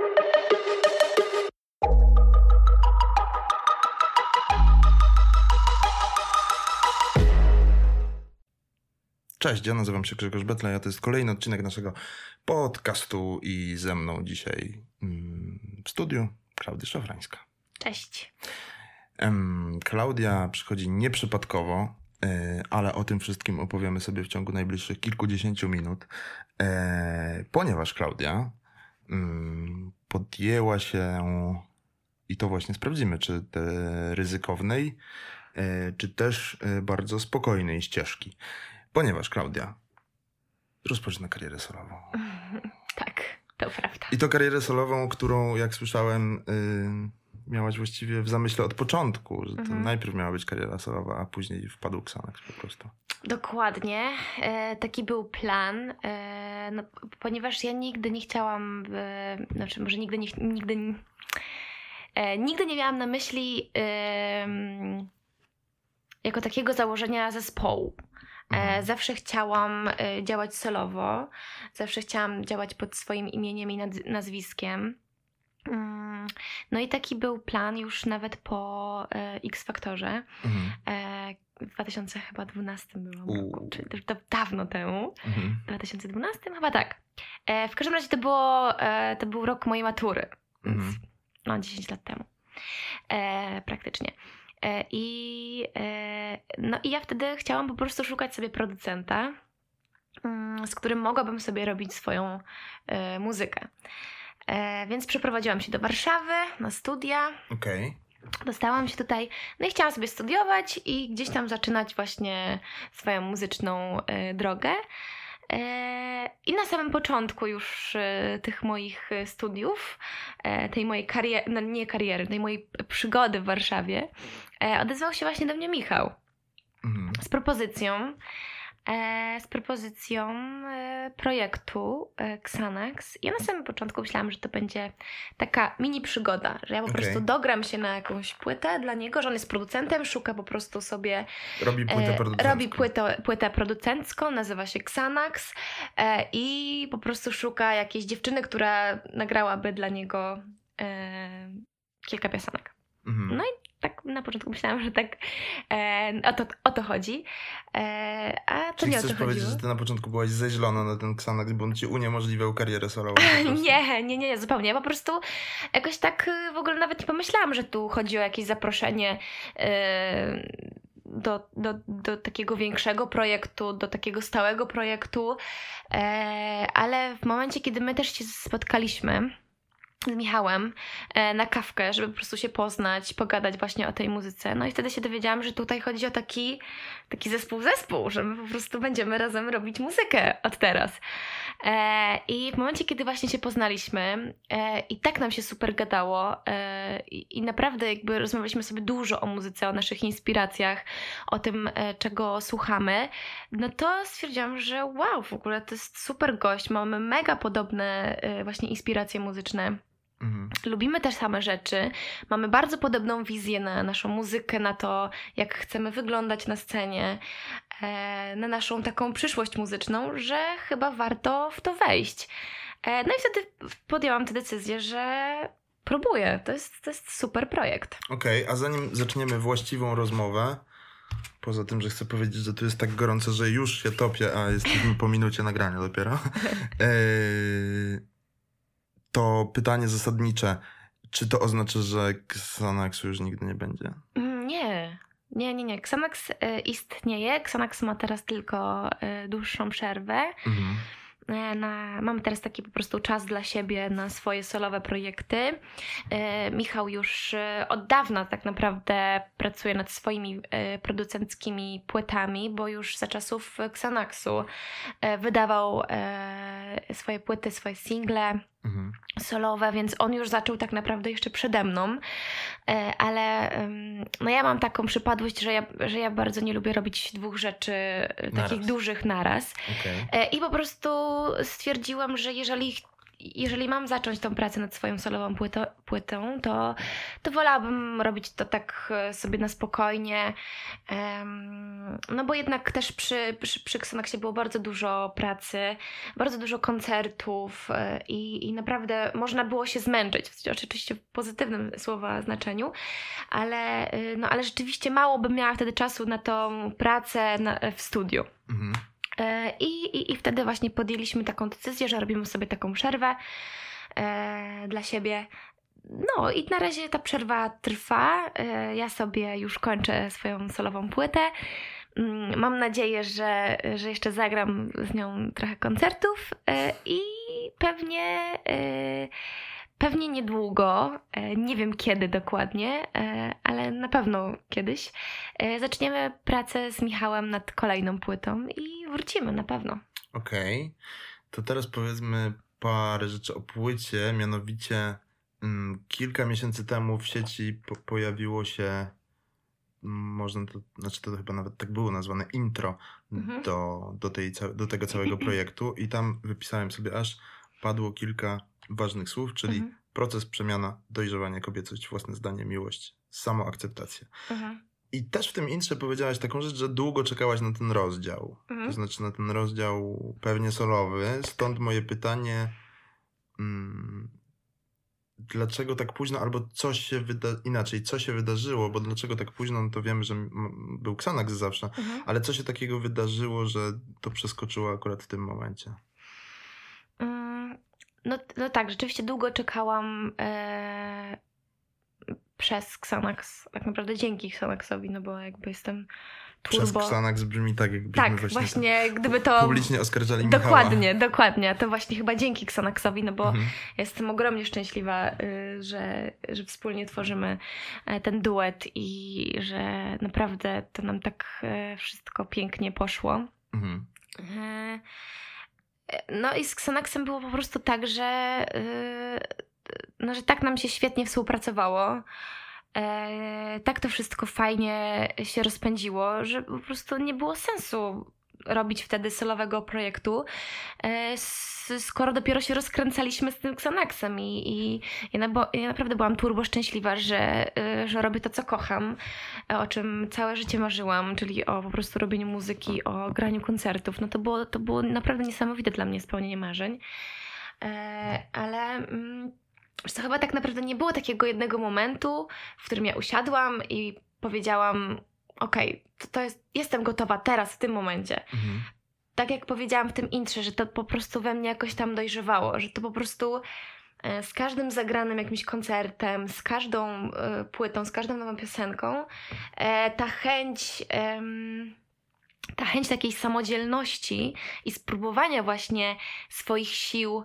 Cześć, ja nazywam się Grzegorz Betlej, a to jest kolejny odcinek naszego podcastu i ze mną dzisiaj w studiu Klaudia Szafrańska. Cześć. Klaudia przychodzi nieprzypadkowo, ale o tym wszystkim opowiemy sobie w ciągu najbliższych kilkudziesięciu minut, ponieważ Klaudia podjęła się, i to właśnie sprawdzimy, czy ryzykownej, czy też bardzo spokojnej ścieżki. Ponieważ Klaudia rozpoczyna karierę solową. Tak, to prawda. I to karierę solową, którą, jak słyszałem, miałaś właściwie w zamyśle od początku, że to najpierw miała być kariera solowa, a później wpadł Xanax po prostu. Dokładnie. Taki był plan, ponieważ ja nigdy nie chciałam, nigdy nie miałam na myśli jako takiego założenia zespołu. Zawsze chciałam działać solowo, zawsze chciałam działać pod swoim imieniem i nazwiskiem. No i taki był plan już nawet po X Factorze. W 2012 byłam roku, czyli też dawno temu. W 2012 chyba tak. W każdym razie to był rok mojej matury. Więc, 10 lat temu. Praktycznie. I ja wtedy chciałam po prostu szukać sobie producenta, z którym mogłabym sobie robić swoją muzykę. Więc przeprowadziłam się do Warszawy na studia. Okej. Dostałam się tutaj, no i chciałam sobie studiować i gdzieś tam zaczynać właśnie swoją muzyczną drogę. I na samym początku już tych moich studiów, tej mojej tej mojej przygody w Warszawie, odezwał się właśnie do mnie Michał z propozycją projektu Xanax. Ja na samym początku myślałam, że to będzie taka mini przygoda, że ja po prostu dogram się na jakąś płytę dla niego, że on jest producentem, szuka po prostu sobie... Robi płytę producencką, nazywa się Xanax i po prostu szuka jakiejś dziewczyny, która nagrałaby dla niego kilka piosenek. No i tak na początku myślałam, że tak o to chodzi. A to czyli nie o to chcesz powiedzieć, chodziło. że ty na początku byłaś zeźlona na ten Xanax, bo on ci uniemożliwiał karierę solową? Nie, zupełnie. Ja po prostu jakoś tak w ogóle nawet nie pomyślałam, że tu chodzi o jakieś zaproszenie do takiego większego projektu, do takiego stałego projektu. Ale w momencie, kiedy my też się spotkaliśmy z Michałem na kawkę, żeby po prostu się poznać, pogadać właśnie o tej muzyce. No i wtedy się dowiedziałam, że tutaj chodzi o taki zespół, że my po prostu będziemy razem robić muzykę od teraz. I w momencie, kiedy właśnie się poznaliśmy i tak nam się super gadało i naprawdę jakby rozmawialiśmy sobie dużo o muzyce, o naszych inspiracjach, o tym, czego słuchamy, no to stwierdziłam, że wow, w ogóle to jest super gość, mamy mega podobne właśnie inspiracje muzyczne. Lubimy też same rzeczy, mamy bardzo podobną wizję na naszą muzykę, na to, jak chcemy wyglądać na scenie, na naszą taką przyszłość muzyczną, że chyba warto w to wejść. No i wtedy podjęłam tę decyzję, że próbuję. To jest super projekt. Okej, a zanim zaczniemy właściwą rozmowę, poza tym, że chcę powiedzieć, że tu jest tak gorąco, że już się topię, a jesteśmy po minucie nagrania dopiero, to pytanie zasadnicze. Czy to oznacza, że Xanaxu już nigdy nie będzie? Nie. Xanax istnieje. Xanax ma teraz tylko dłuższą przerwę. Mamy teraz taki po prostu czas dla siebie na swoje solowe projekty. Michał już od dawna tak naprawdę pracuje nad swoimi producenckimi płytami, bo już za czasów Xanaxu wydawał swoje płyty, swoje single solowe, więc on już zaczął tak naprawdę jeszcze przede mną, ale no ja mam taką przypadłość, że ja bardzo nie lubię robić dwóch rzeczy takich dużych naraz. I po prostu stwierdziłam, że jeżeli mam zacząć tą pracę nad swoją solową płytą, to wolałabym robić to tak sobie na spokojnie, no bo jednak też przy Xanaxie było bardzo dużo pracy, bardzo dużo koncertów i naprawdę można było się zmęczyć, oczywiście w pozytywnym słowa znaczeniu, ale rzeczywiście mało bym miała wtedy czasu na tą pracę w studiu. Mhm. I wtedy właśnie podjęliśmy taką decyzję, że robimy sobie taką przerwę dla siebie. No i na razie ta przerwa trwa. Ja sobie już kończę swoją solową płytę. Mam nadzieję, że jeszcze zagram z nią trochę koncertów i pewnie niedługo, nie wiem kiedy dokładnie, ale na pewno kiedyś, zaczniemy pracę z Michałem nad kolejną płytą i wrócimy na pewno. Okej. To teraz powiedzmy parę rzeczy o płycie, mianowicie kilka miesięcy temu w sieci pojawiło się, to chyba nawet tak było nazwane, intro do tego całego projektu i tam wypisałem sobie, aż padło kilka ważnych słów, czyli proces, przemiana, dojrzewanie, kobiecość, własne zdanie, miłość, samoakceptacja. I też w tym intrze powiedziałaś taką rzecz, że długo czekałaś na ten rozdział. To znaczy na ten rozdział pewnie solowy. Stąd moje pytanie, dlaczego tak późno, albo co się wydarzyło, bo dlaczego tak późno, no to wiemy, że był Xanax zawsze, ale co się takiego wydarzyło, że to przeskoczyło akurat w tym momencie? No tak, rzeczywiście długo czekałam przez Xanax, tak naprawdę dzięki Xanaxowi, no bo jakby jestem turbo... Przez Xanax brzmi tak, jakbyśmy właśnie gdyby to... publicznie oskarżali Michała. Dokładnie, to właśnie chyba dzięki Xanaxowi, no bo jestem ogromnie szczęśliwa, że wspólnie tworzymy ten duet i że naprawdę to nam tak wszystko pięknie poszło. No i z Xanaxem było po prostu tak, że tak nam się świetnie współpracowało. Tak to wszystko fajnie się rozpędziło, że po prostu nie było sensu robić wtedy solowego projektu, skoro dopiero się rozkręcaliśmy z tym Xanaxem i ja naprawdę byłam turbo szczęśliwa, że robię to, co kocham, o czym całe życie marzyłam, czyli o po prostu robieniu muzyki, o graniu koncertów. No to było naprawdę niesamowite dla mnie spełnienie marzeń, ale... to chyba tak naprawdę nie było takiego jednego momentu, w którym ja usiadłam i powiedziałam, okej, jestem gotowa teraz, w tym momencie. Tak jak powiedziałam w tym intrze, że to po prostu we mnie jakoś tam dojrzewało, że to po prostu z każdym zagranym jakimś koncertem, z każdą płytą, z każdą nową piosenką, ta chęć takiej samodzielności i spróbowania właśnie swoich sił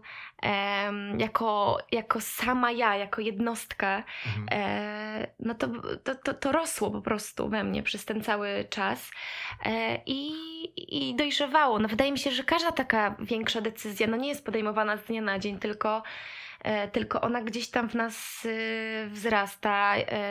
jako sama ja, jako jednostka, no to rosło po prostu we mnie przez ten cały czas i dojrzewało. No wydaje mi się, że każda taka większa decyzja nie jest podejmowana z dnia na dzień, tylko ona gdzieś tam w nas wzrasta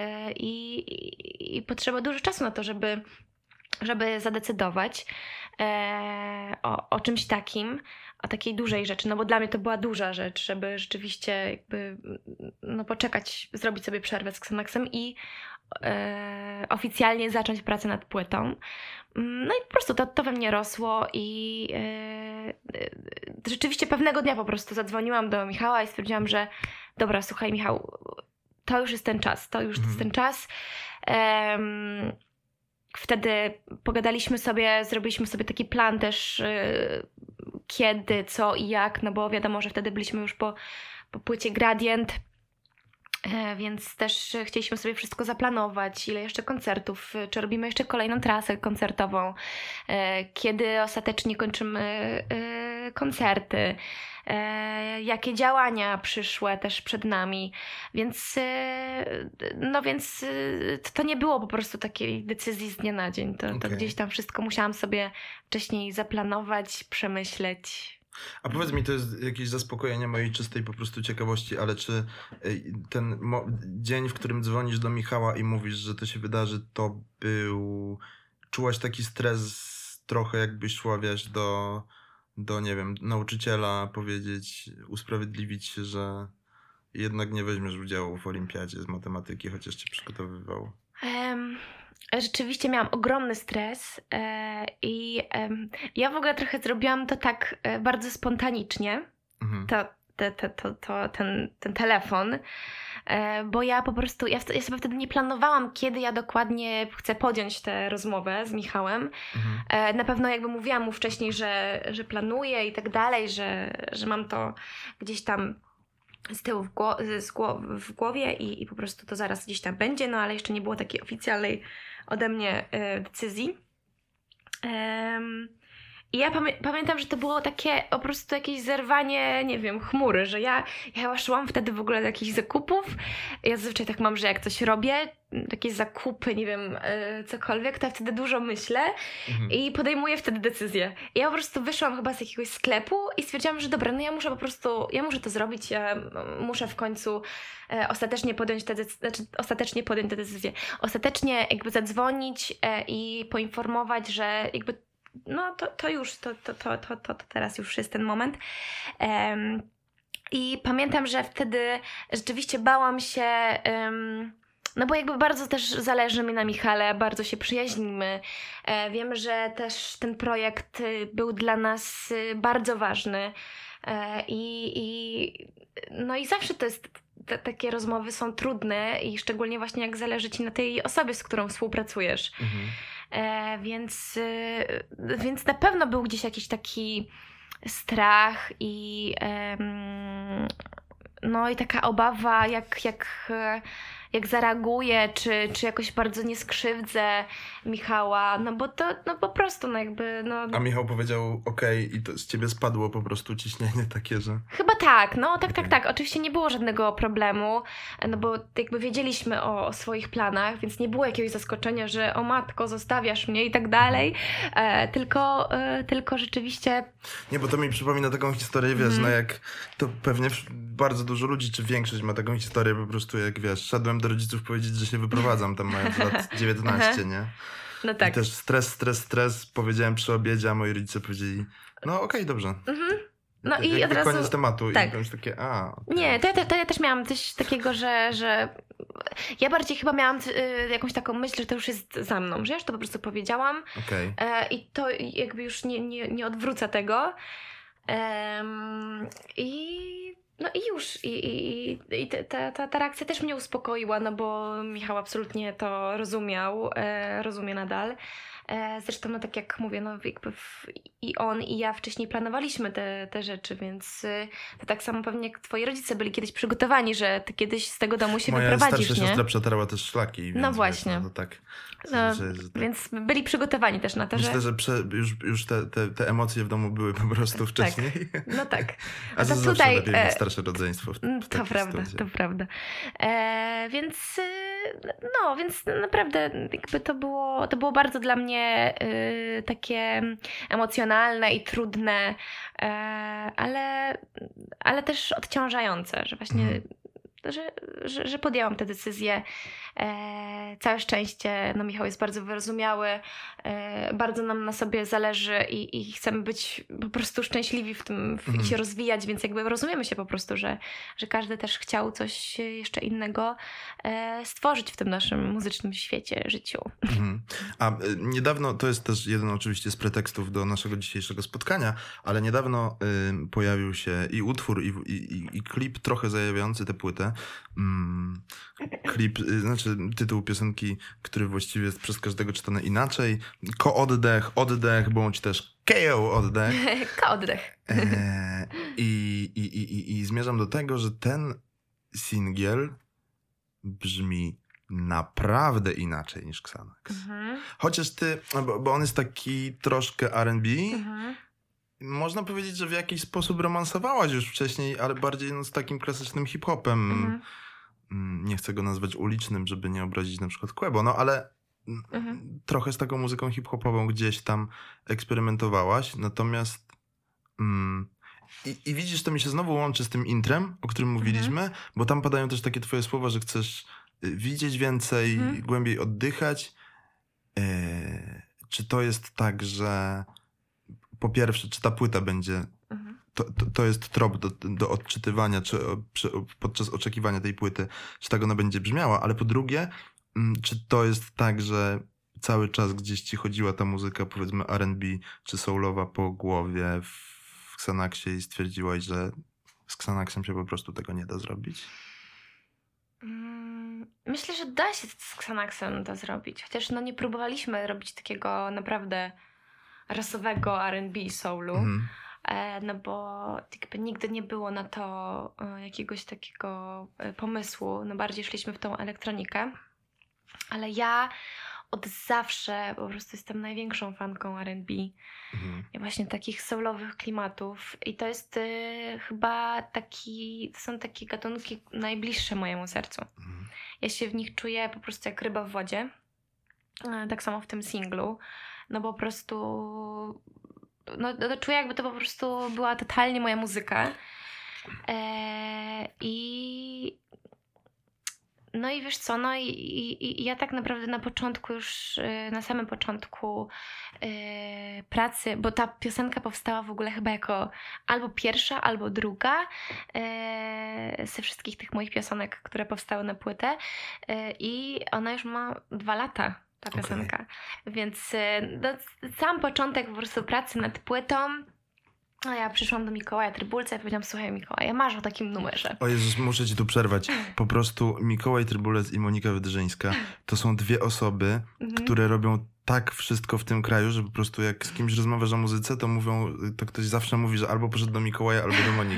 i potrzeba dużo czasu na to, żeby zadecydować o czymś takim, o takiej dużej rzeczy, no bo dla mnie to była duża rzecz, żeby rzeczywiście jakby poczekać, zrobić sobie przerwę z Xanaxem i oficjalnie zacząć pracę nad płytą. No i po prostu to we mnie rosło i rzeczywiście pewnego dnia po prostu zadzwoniłam do Michała i stwierdziłam, że dobra, słuchaj Michał, to już jest ten czas, jest ten czas. Wtedy pogadaliśmy sobie, zrobiliśmy sobie taki plan też kiedy, co i jak, no bo wiadomo, że wtedy byliśmy już po płycie Gradient, więc też chcieliśmy sobie wszystko zaplanować, ile jeszcze koncertów, czy robimy jeszcze kolejną trasę koncertową, kiedy ostatecznie kończymy koncerty, jakie działania przyszłe też przed nami, więc to nie było po prostu takiej decyzji z dnia na dzień, to gdzieś tam wszystko musiałam sobie wcześniej zaplanować, przemyśleć. A powiedz mi, to jest jakieś zaspokojenie mojej czystej po prostu ciekawości, ale czy ten dzień, w którym dzwonisz do Michała i mówisz, że to się wydarzy, to czułaś taki stres trochę, jakbyś szła, wiesz, nie wiem, nauczyciela powiedzieć, usprawiedliwić się, że jednak nie weźmiesz udziału w olimpiadzie z matematyki, chociaż cię przygotowywał? Rzeczywiście miałam ogromny stres i ja w ogóle trochę zrobiłam to tak bardzo spontanicznie, ten telefon, bo ja po prostu, ja sobie wtedy nie planowałam, kiedy ja dokładnie chcę podjąć tę rozmowę z Michałem. Na pewno jakby mówiłam mu wcześniej, że planuję i tak dalej, że mam to gdzieś tam z tyłu w głowie i po prostu to zaraz gdzieś tam będzie, no ale jeszcze nie było takiej oficjalnej ode mnie decyzji. I ja pamiętam, że to było takie po prostu jakieś zerwanie, nie wiem, chmury, że ja chyba szłam wtedy w ogóle do jakichś zakupów. Ja zazwyczaj tak mam, że jak coś robię, jakieś zakupy, nie wiem, cokolwiek, to ja wtedy dużo myślę i podejmuję wtedy decyzję. I ja po prostu wyszłam chyba z jakiegoś sklepu i stwierdziłam, że dobra, no ja muszę to zrobić, ja muszę w końcu ostatecznie podjąć tę decyzję. Ostatecznie jakby zadzwonić i poinformować, że jakby no to już, to teraz już jest ten moment. I pamiętam, że wtedy rzeczywiście bałam się, no bo jakby bardzo też zależy mi na Michale, bardzo się przyjaźnimy. Wiem, że też ten projekt był dla nas bardzo ważny no i zawsze to jest, takie rozmowy są trudne i szczególnie właśnie jak zależy ci na tej osobie, z którą współpracujesz. Więc na pewno był gdzieś jakiś taki strach no i taka obawa, jak zareaguję, czy jakoś bardzo nie skrzywdzę Michała, no bo to, no po prostu, no jakby, no... A Michał powiedział okej, i to z ciebie spadło po prostu ciśnienie takie, że... Chyba tak, no tak. Oczywiście nie było żadnego problemu, no bo jakby wiedzieliśmy o swoich planach, więc nie było jakiegoś zaskoczenia, że o matko, zostawiasz mnie i tak dalej, tylko rzeczywiście... Nie, bo to mi przypomina taką historię, wiesz, no jak to pewnie bardzo dużo ludzi, czy większość ma taką historię po prostu, jak wiesz, szedłem do rodziców powiedzieć, że się wyprowadzam, tam mając lat 19, nie? No tak. I też stres, powiedziałem przy obiedzie, a moi rodzice powiedzieli, no okej, dobrze. No i od razu... koniec tematu. Tak. I to już takie, okay. Nie, to ja też miałam coś takiego, że ja bardziej chyba miałam jakąś taką myśl, że to już jest za mną, że ja już to po prostu powiedziałam. Okay. I to jakby już nie odwrócę tego. No i już. I ta reakcja też mnie uspokoiła, no bo Michał absolutnie to rozumiał, rozumie nadal. Zresztą, no tak jak mówię, no jakby i on, i ja wcześniej planowaliśmy te rzeczy, więc to tak samo pewnie jak twoi rodzice byli kiedyś przygotowani, że ty kiedyś z tego domu się wyprowadzisz, nie? Moja starsza siostra przetarła też szlaki. Więc no właśnie. Wiesz, no to tak, tak. Więc byli przygotowani też na to, myślę, że już te emocje w domu były po prostu wcześniej. Tak. No tak. A to tutaj lepiej mieć starsze rodzeństwo to prawda, sytuacji. To prawda. Więc naprawdę jakby to było bardzo dla mnie takie emocjonalne i trudne, ale też odciążające, że właśnie że podjęłam tę decyzję. Całe szczęście, no Michał jest bardzo wyrozumiały, bardzo nam na sobie zależy i chcemy być po prostu szczęśliwi w tym i się rozwijać, więc jakby rozumiemy się po prostu, że każdy też chciał coś jeszcze innego stworzyć w tym naszym muzycznym świecie, życiu. A niedawno, to jest też jeden oczywiście z pretekstów do naszego dzisiejszego spotkania, ale niedawno pojawił się i utwór, i klip trochę zajawiający tę płytę. Klip, znaczy tytuł piosenki, który właściwie jest przez każdego czytany inaczej. Oddech, bądź też KO oddech. Oddech. I zmierzam do tego, że ten singiel brzmi naprawdę inaczej niż Xanax. Chociaż bo on jest taki troszkę R&B, można powiedzieć, że w jakiś sposób romansowałaś już wcześniej, ale bardziej z takim klasycznym hip-hopem. Nie chcę go nazwać ulicznym, żeby nie obrazić na przykład Quebo, no ale trochę z taką muzyką hip-hopową gdzieś tam eksperymentowałaś, natomiast i widzisz, to mi się znowu łączy z tym intrem, o którym mówiliśmy, bo tam padają też takie twoje słowa, że chcesz widzieć więcej, głębiej oddychać. Czy to jest tak, że po pierwsze, czy ta płyta będzie... To jest trop do odczytywania podczas oczekiwania tej płyty, czy tak ona będzie brzmiała, ale po drugie, czy to jest tak, że cały czas gdzieś ci chodziła ta muzyka, powiedzmy R&B czy soulowa po głowie w Xanaxie i stwierdziłaś, że z Xanaxem się po prostu tego nie da zrobić? Myślę, że da się z Xanaxem to zrobić, chociaż nie próbowaliśmy robić takiego naprawdę rasowego R&B soulu. No bo jakby nigdy nie było na to jakiegoś takiego pomysłu. No bardziej szliśmy w tą elektronikę. Ale ja od zawsze po prostu jestem największą fanką R&B. I właśnie takich soulowych klimatów. I to jest chyba to są takie gatunki najbliższe mojemu sercu. Ja się w nich czuję po prostu jak ryba w wodzie. Tak samo w tym singlu. No po prostu... czuję, jakby to po prostu była totalnie moja muzyka. I wiesz co, i ja tak naprawdę na początku już, na samym początku pracy, bo ta piosenka powstała w ogóle chyba jako albo pierwsza, albo druga ze wszystkich tych moich piosenek, które powstały na płytę, i ona już ma 2 lata. Ta piosenka. Więc sam początek po prostu pracy nad płytą, ja przyszłam do Mikołaja Trybulca i powiedziałam: słuchaj Mikołaj, ja marzę o takim numerze. O Jezus, muszę ci tu przerwać. Po prostu Mikołaj Trybulec i Monika Wydrzyńska to są 2 osoby, które robią tak wszystko w tym kraju, że po prostu jak z kimś rozmawiasz o muzyce, to to ktoś zawsze mówi, że albo poszedł do Mikołaja, albo do Moniki.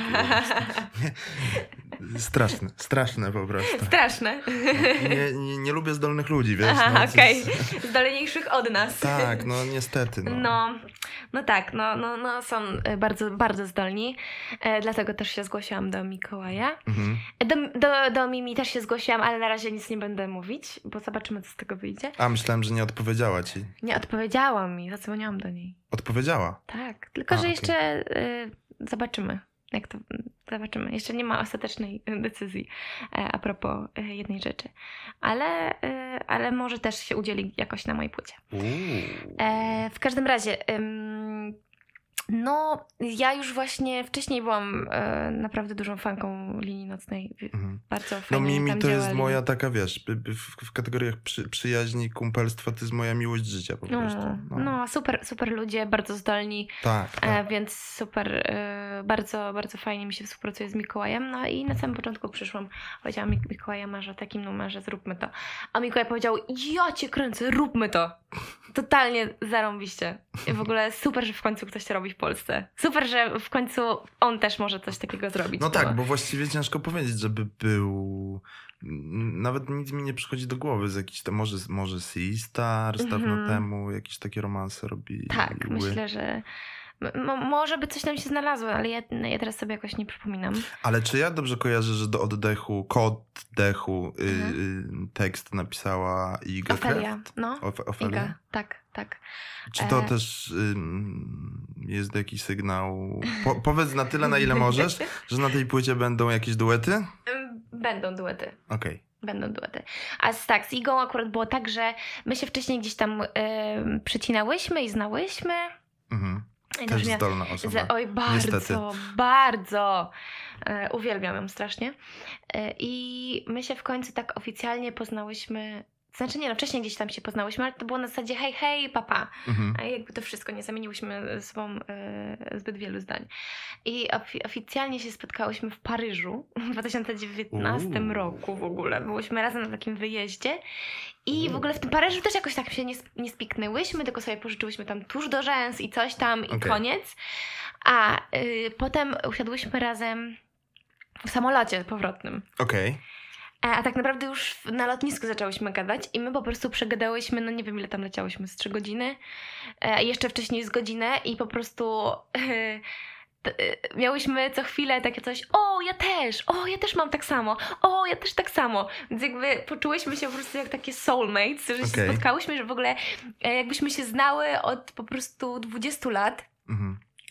Straszne po prostu. Straszne. Nie lubię zdolnych ludzi, wiesz. Okej. Zdolniejszych od nas. Tak, niestety. No tak, są bardzo, bardzo zdolni. Dlatego też się zgłosiłam do Mikołaja. Do Mimi też się zgłosiłam, ale na razie nic nie będę mówić, bo zobaczymy, co z tego wyjdzie. A, myślałem, że nie odpowiedziała ci. Nie odpowiedziała mi, zadzwoniłam do niej. Odpowiedziała? Tak, tylko że jeszcze zobaczymy. Zobaczymy. Jeszcze nie ma ostatecznej decyzji a propos jednej rzeczy. Ale może też się udzieli jakoś na mojej płycie. W każdym razie... ja już właśnie wcześniej byłam naprawdę dużą fanką Linii Nocnej. Bardzo fajnie Mimi tam to działali. jest moja taka, wiesz, w kategoriach przyjaźni, kumpelstwa, to jest moja miłość życia po prostu. Super ludzie, bardzo zdolni. Tak. Więc super, bardzo, bardzo fajnie mi się współpracuje z Mikołajem. No i na samym początku przyszłam, powiedziałam: Mikołaja, marzę o takim numerze, zróbmy to. A Mikołaj powiedział: ja cię kręcę, róbmy to. Totalnie zarąbiście. I w ogóle super, że w końcu ktoś to robi w Polsce. Super, że w końcu on też może coś takiego zrobić. Tak, bo właściwie ciężko powiedzieć, żeby był... Nawet nic mi nie przychodzi do głowy z jakichś tam, może Seastar dawno temu jakieś takie romanse robi. Tak, myślę, że może by coś tam się znalazło, ale ja teraz sobie jakoś nie przypominam. Ale czy ja dobrze kojarzę, że do oddechu, tekst napisała Iga Ofelia, Ofelia? Iga, tak. Czy to też jest jakiś sygnał? Powiedz na tyle, na ile możesz, że na tej płycie będą jakieś duety? Będą duety. Okej. Będą duety. A z Igą akurat było tak, że my się wcześniej gdzieś tam przecinałyśmy i znałyśmy. Też zdolna osoba. Oj, bardzo, niestety. Bardzo. Uwielbiam ją strasznie. I my się w końcu tak oficjalnie poznałyśmy. Znaczy wcześniej gdzieś tam się poznałyśmy, ale to było na zasadzie hej, papa. A jakby to wszystko, nie zamieniłyśmy ze sobą zbyt wielu zdań. I oficjalnie się spotkałyśmy w Paryżu w 2019 roku w ogóle. Byłyśmy razem na takim wyjeździe i w ogóle w tym Paryżu też jakoś tak się nie spiknęłyśmy, tylko sobie pożyczyłyśmy tam tusz do rzęs i coś tam i koniec. A potem usiadłyśmy razem w samolocie powrotnym. A tak naprawdę już na lotnisku zaczęłyśmy gadać i my po prostu przegadałyśmy, nie wiem ile tam leciałyśmy, z 3 godziny, jeszcze wcześniej z godzinę i po prostu miałyśmy co chwilę takie coś: ja też mam tak samo, ja też tak samo. Więc jakby poczułyśmy się po prostu jak takie soulmates, że się spotkałyśmy, że w ogóle jakbyśmy się znały od po prostu 20 lat.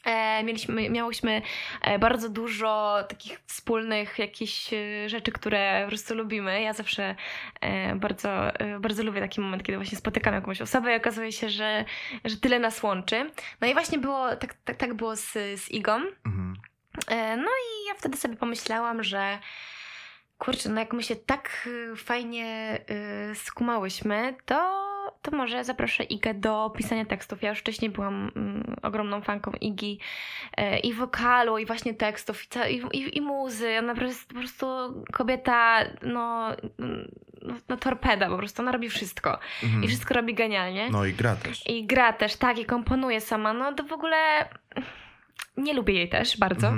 Miałyśmy bardzo dużo takich wspólnych jakichś rzeczy, które po prostu lubimy. Ja zawsze bardzo lubię taki moment, kiedy właśnie spotykam jakąś osobę i okazuje się, że tyle nas łączy. No i właśnie było tak było z Igą. No i ja wtedy sobie pomyślałam, że kurczę, no jak my się tak fajnie skumałyśmy, to może zaproszę Igę do pisania tekstów. Ja już wcześniej byłam ogromną fanką Igi i wokalu, i właśnie tekstów, i muzy. Ona po prostu kobieta, no torpeda po prostu. Ona robi wszystko. I wszystko robi genialnie. No i gra też. I gra też, tak, i komponuje sama. No to w ogóle nie lubię jej też bardzo.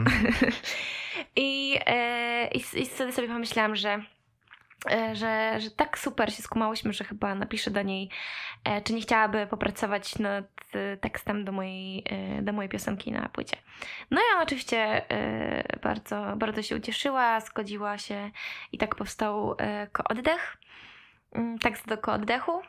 I wtedy sobie pomyślałam, że tak super się skumałyśmy, że chyba napiszę do niej, czy nie chciałaby popracować nad tekstem do mojej piosenki na płycie. No i ona oczywiście bardzo się ucieszyła, zgodziła się i tak powstał Kooddech, tekst do Kooddechu.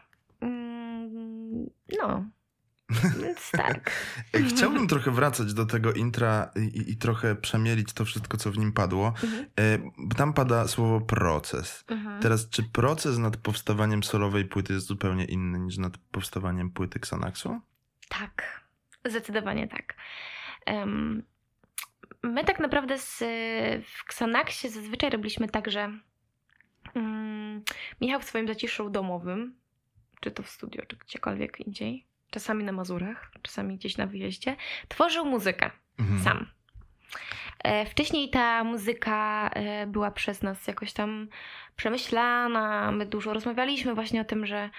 No, więc tak. Chciałbym trochę wracać do tego intra i trochę przemielić to wszystko, co w nim padło. Tam pada słowo proces. Teraz, czy proces nad powstawaniem solowej płyty jest zupełnie inny niż nad powstawaniem płyty Xanaxu? Tak, zdecydowanie tak. My tak naprawdę w Xanaxie zazwyczaj robiliśmy tak, że Michał w swoim zaciszu domowym, czy to w studio, czy gdziekolwiek indziej, czasami na Mazurach, czasami gdzieś na wyjeździe, tworzył muzykę sam. Wcześniej ta muzyka była przez nas jakoś tam przemyślana, my dużo rozmawialiśmy właśnie o tym, że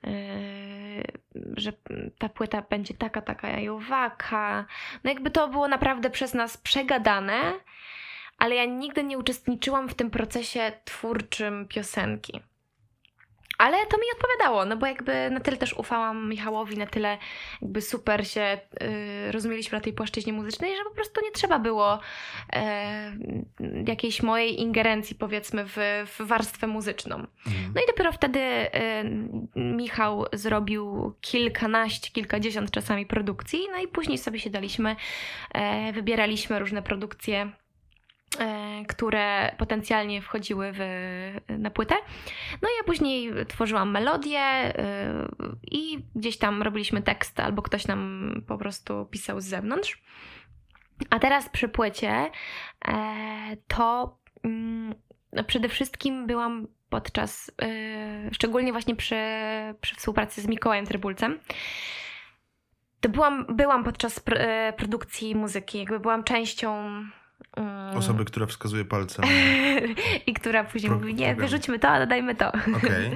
ta płyta będzie taka i owaka. No jakby to było naprawdę przez nas przegadane, ale ja nigdy nie uczestniczyłam w tym procesie twórczym piosenki. Ale to mi odpowiadało, no bo jakby na tyle też ufałam Michałowi, na tyle jakby super się rozumieliśmy na tej płaszczyźnie muzycznej, że po prostu nie trzeba było jakiejś mojej ingerencji, powiedzmy, w warstwę muzyczną. No i dopiero wtedy Michał zrobił kilkadziesiąt czasami produkcji, no i później sobie siadaliśmy, wybieraliśmy różne produkcje, które potencjalnie wchodziły na płytę. No i ja później tworzyłam melodię i gdzieś tam robiliśmy tekst, albo ktoś nam po prostu pisał z zewnątrz. A teraz przy płycie to przede wszystkim byłam podczas, szczególnie właśnie przy współpracy z Mikołajem Trybulcem, to byłam podczas produkcji muzyki, jakby byłam częścią osoby, która wskazuje palcem. I która później mówi, nie, wyrzućmy to, a dodajmy to. Okay.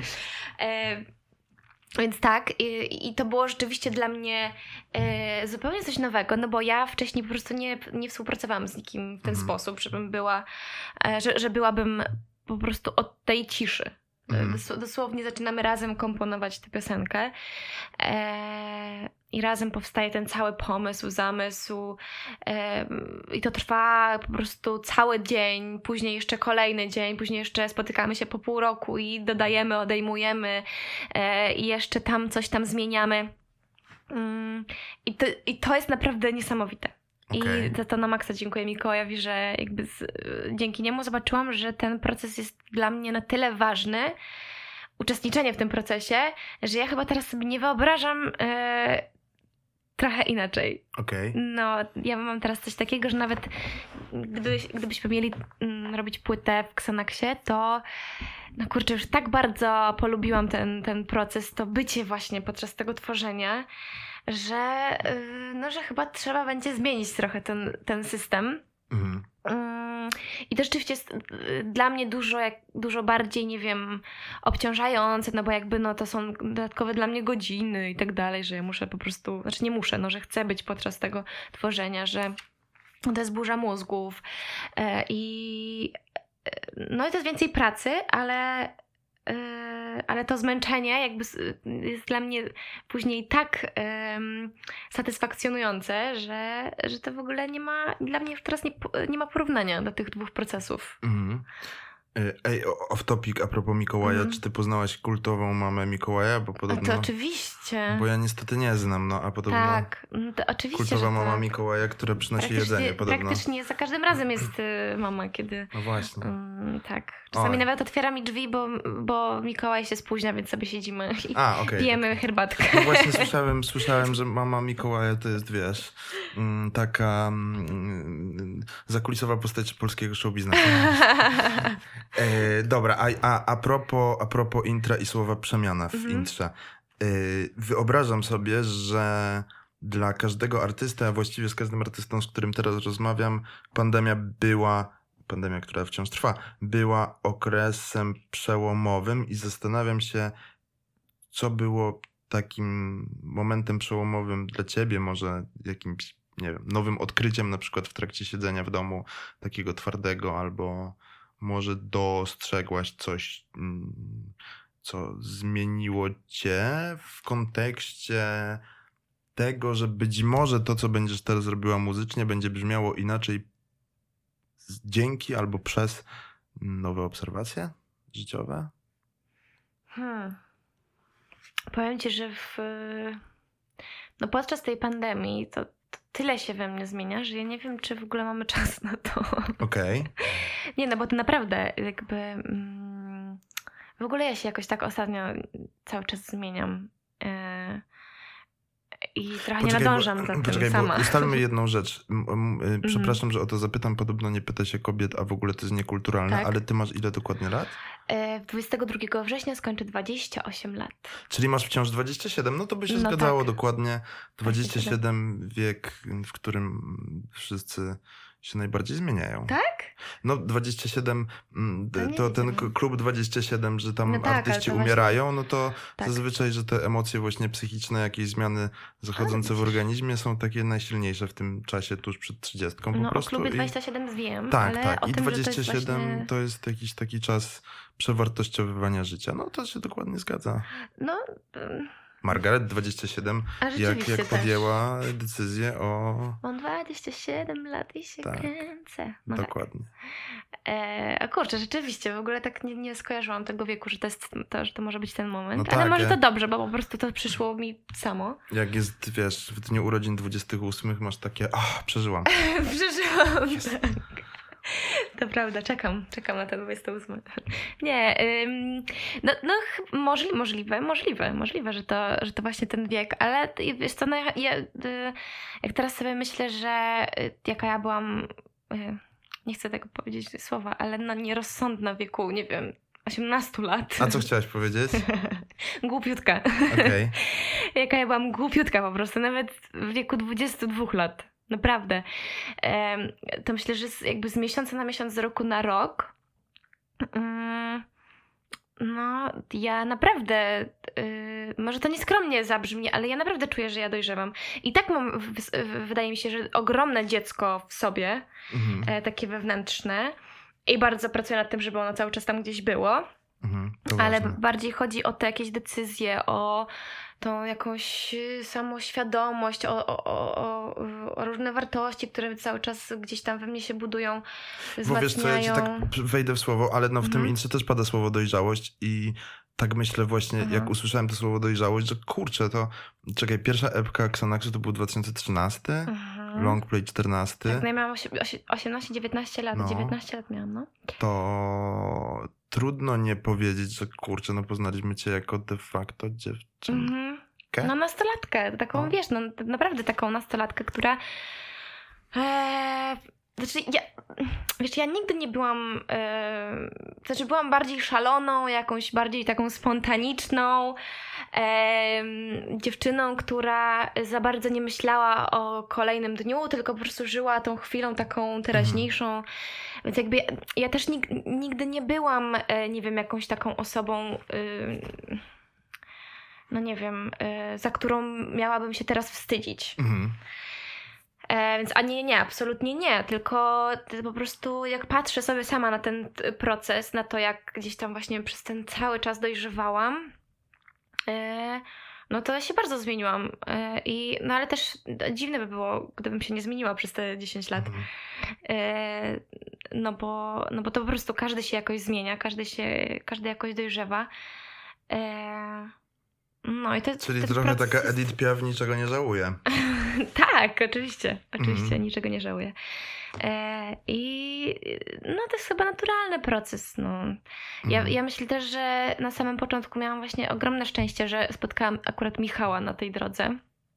Więc tak, i to było rzeczywiście dla mnie zupełnie coś nowego, no bo ja wcześniej po prostu nie współpracowałam z nikim w ten sposób, żebym była, że byłabym po prostu od tej ciszy. Dosłownie zaczynamy razem komponować tę piosenkę i razem powstaje ten cały pomysł, zamysł i to trwa po prostu cały dzień, później jeszcze kolejny dzień, później jeszcze spotykamy się po pół roku i dodajemy, odejmujemy i jeszcze tam coś tam zmieniamy i to jest naprawdę niesamowite. Okay. I za to na maksa dziękuję Mikołajowi, że jakby dzięki niemu zobaczyłam, że ten proces jest dla mnie na tyle ważny, uczestniczenie w tym procesie, że ja chyba teraz sobie nie wyobrażam trochę inaczej. Okay. No, ja mam teraz coś takiego, że nawet gdybyśmy mieli robić płytę w Xanaxie, to no kurczę, już tak bardzo polubiłam ten proces, to bycie właśnie podczas tego tworzenia, że chyba trzeba będzie zmienić trochę ten system. I to rzeczywiście jest dla mnie dużo bardziej, nie wiem, obciążające, no bo jakby to są dodatkowe dla mnie godziny i tak dalej, że ja muszę po prostu, nie muszę, że chcę być podczas tego tworzenia, że to jest burza mózgów i to jest więcej pracy, ale to zmęczenie jakby jest dla mnie później tak satysfakcjonujące, że to w ogóle dla mnie już teraz nie ma porównania do tych dwóch procesów. Ej, off topic, a propos Mikołaja, czy ty poznałaś kultową mamę Mikołaja? Bo A podobno... to oczywiście. Bo ja niestety nie znam, no a podobno... Tak, to oczywiście, kultowa że mama tak. Mikołaja, która przynosi jedzenie podobno. Praktycznie za każdym razem jest mama, kiedy... No właśnie. Tak. Czasami Oj. nawet otwiera mi drzwi, bo Mikołaj się spóźnia, więc sobie siedzimy i Okej. pijemy herbatkę. No właśnie słyszałem, że mama Mikołaja to jest, wiesz, taka zakulisowa postać polskiego show biznesu. Dobra, a propos intra i słowa przemiana w intrze. Wyobrażam sobie, że dla każdego artysty, a właściwie z każdym artystą, z którym teraz rozmawiam, pandemia, która wciąż trwa, była okresem przełomowym i zastanawiam się, co było takim momentem przełomowym dla ciebie, może jakimś, nie wiem, nowym odkryciem na przykład w trakcie siedzenia w domu, takiego twardego, albo może dostrzegłaś coś, co zmieniło cię w kontekście tego, że być może to, co będziesz teraz robiła muzycznie, będzie brzmiało inaczej dzięki albo przez nowe obserwacje życiowe? Powiem ci, że podczas tej pandemii to tyle się we mnie zmienia, że ja nie wiem, czy w ogóle mamy czas na to. Okej. Nie, no bo to naprawdę jakby... w ogóle ja się jakoś tak ostatnio cały czas zmieniam. I trochę nie nadążam za tym sama. Bo ustalmy jedną rzecz. Przepraszam, że o to zapytam. Podobno nie pyta się kobiet, a w ogóle to jest niekulturalne. Tak. Ale ty masz ile dokładnie lat? 22 września skończę 28 lat. Czyli masz wciąż 27? No to by się zgadzało tak. Dokładnie. 27 wiek, w którym wszyscy się najbardziej zmieniają. Tak? No 27, to ten klub 27, że tam No tak, artyści ale to umierają, właśnie... no to tak. zazwyczaj, że te emocje właśnie psychiczne, jakieś zmiany zachodzące w organizmie są takie najsilniejsze w tym czasie tuż przed 30 po prostu. O klubie 27 wiem, tak, ale tak. o I tym, 27 że to jest właśnie... to jest jakiś taki czas przewartościowywania życia. No to się dokładnie zgadza. No... Margaret 27, jak podjęła decyzję o... Mam 27 lat i się kręcę. No dokładnie. A kurczę, rzeczywiście, w ogóle tak nie skojarzyłam tego wieku, że że to może być ten moment. No ale tak, może to dobrze, bo po prostu to przyszło mi samo. Jak jest, wiesz, w dniu urodzin 28 masz takie, przeżyłam. Przeżyłam, tak. To prawda, czekam na te 28. Nie, możliwe, że to właśnie ten wiek, ale wiesz co, jak teraz sobie myślę, że jaka ja byłam, nie chcę tego powiedzieć słowa, ale nierozsądna w wieku, nie wiem, 18 lat. A co chciałaś powiedzieć? Głupiutka. Okej. Jaka ja byłam głupiutka po prostu, nawet w wieku 22 lat. Naprawdę. To myślę, że jakby z miesiąca na miesiąc, z roku na rok ja naprawdę może to nieskromnie zabrzmi, ale ja naprawdę czuję, że ja dojrzewam. I tak mam, wydaje mi się, że ogromne dziecko w sobie, takie wewnętrzne i bardzo pracuję nad tym, żeby ono cały czas tam gdzieś było. Ale bardziej chodzi o te jakieś decyzje, o tą jakąś samoświadomość, o różne wartości, które cały czas gdzieś tam we mnie się budują, wzmacniają. Bo wiesz co, ja ci tak wejdę w słowo, ale w tym intrze też pada słowo dojrzałość i tak myślę właśnie, jak usłyszałem to słowo dojrzałość, że kurczę, to pierwsza epka Xanaxu to był 2013, Longplay 14. Tak, no ja miałam 18-19 lat, 19 lat miałam, no. To trudno nie powiedzieć, że kurczę, poznaliśmy cię jako de facto dziewczynkę. No nastolatkę, taką wiesz, naprawdę taką nastolatkę, która... ja nigdy nie byłam... byłam bardziej szaloną, jakąś bardziej taką spontaniczną dziewczyną, która za bardzo nie myślała o kolejnym dniu, tylko po prostu żyła tą chwilą taką teraźniejszą. Więc jakby ja też nigdy nie byłam, nie wiem, jakąś taką osobą... za którą miałabym się teraz wstydzić. Więc nie, absolutnie nie, tylko po prostu jak patrzę sobie sama na ten proces, na to jak gdzieś tam właśnie przez ten cały czas dojrzewałam, to ja się bardzo zmieniłam. Ale też dziwne by było, gdybym się nie zmieniła przez te 10 lat. no bo to po prostu każdy się jakoś zmienia, każdy jakoś dojrzewa. No i to Czyli ten trochę proces taka Edith Piaf niczego nie żałuje. Tak, oczywiście, niczego nie żałuję. I no to jest chyba naturalny proces. No. Ja myślę też, że na samym początku miałam właśnie ogromne szczęście, że spotkałam akurat Michała na tej drodze,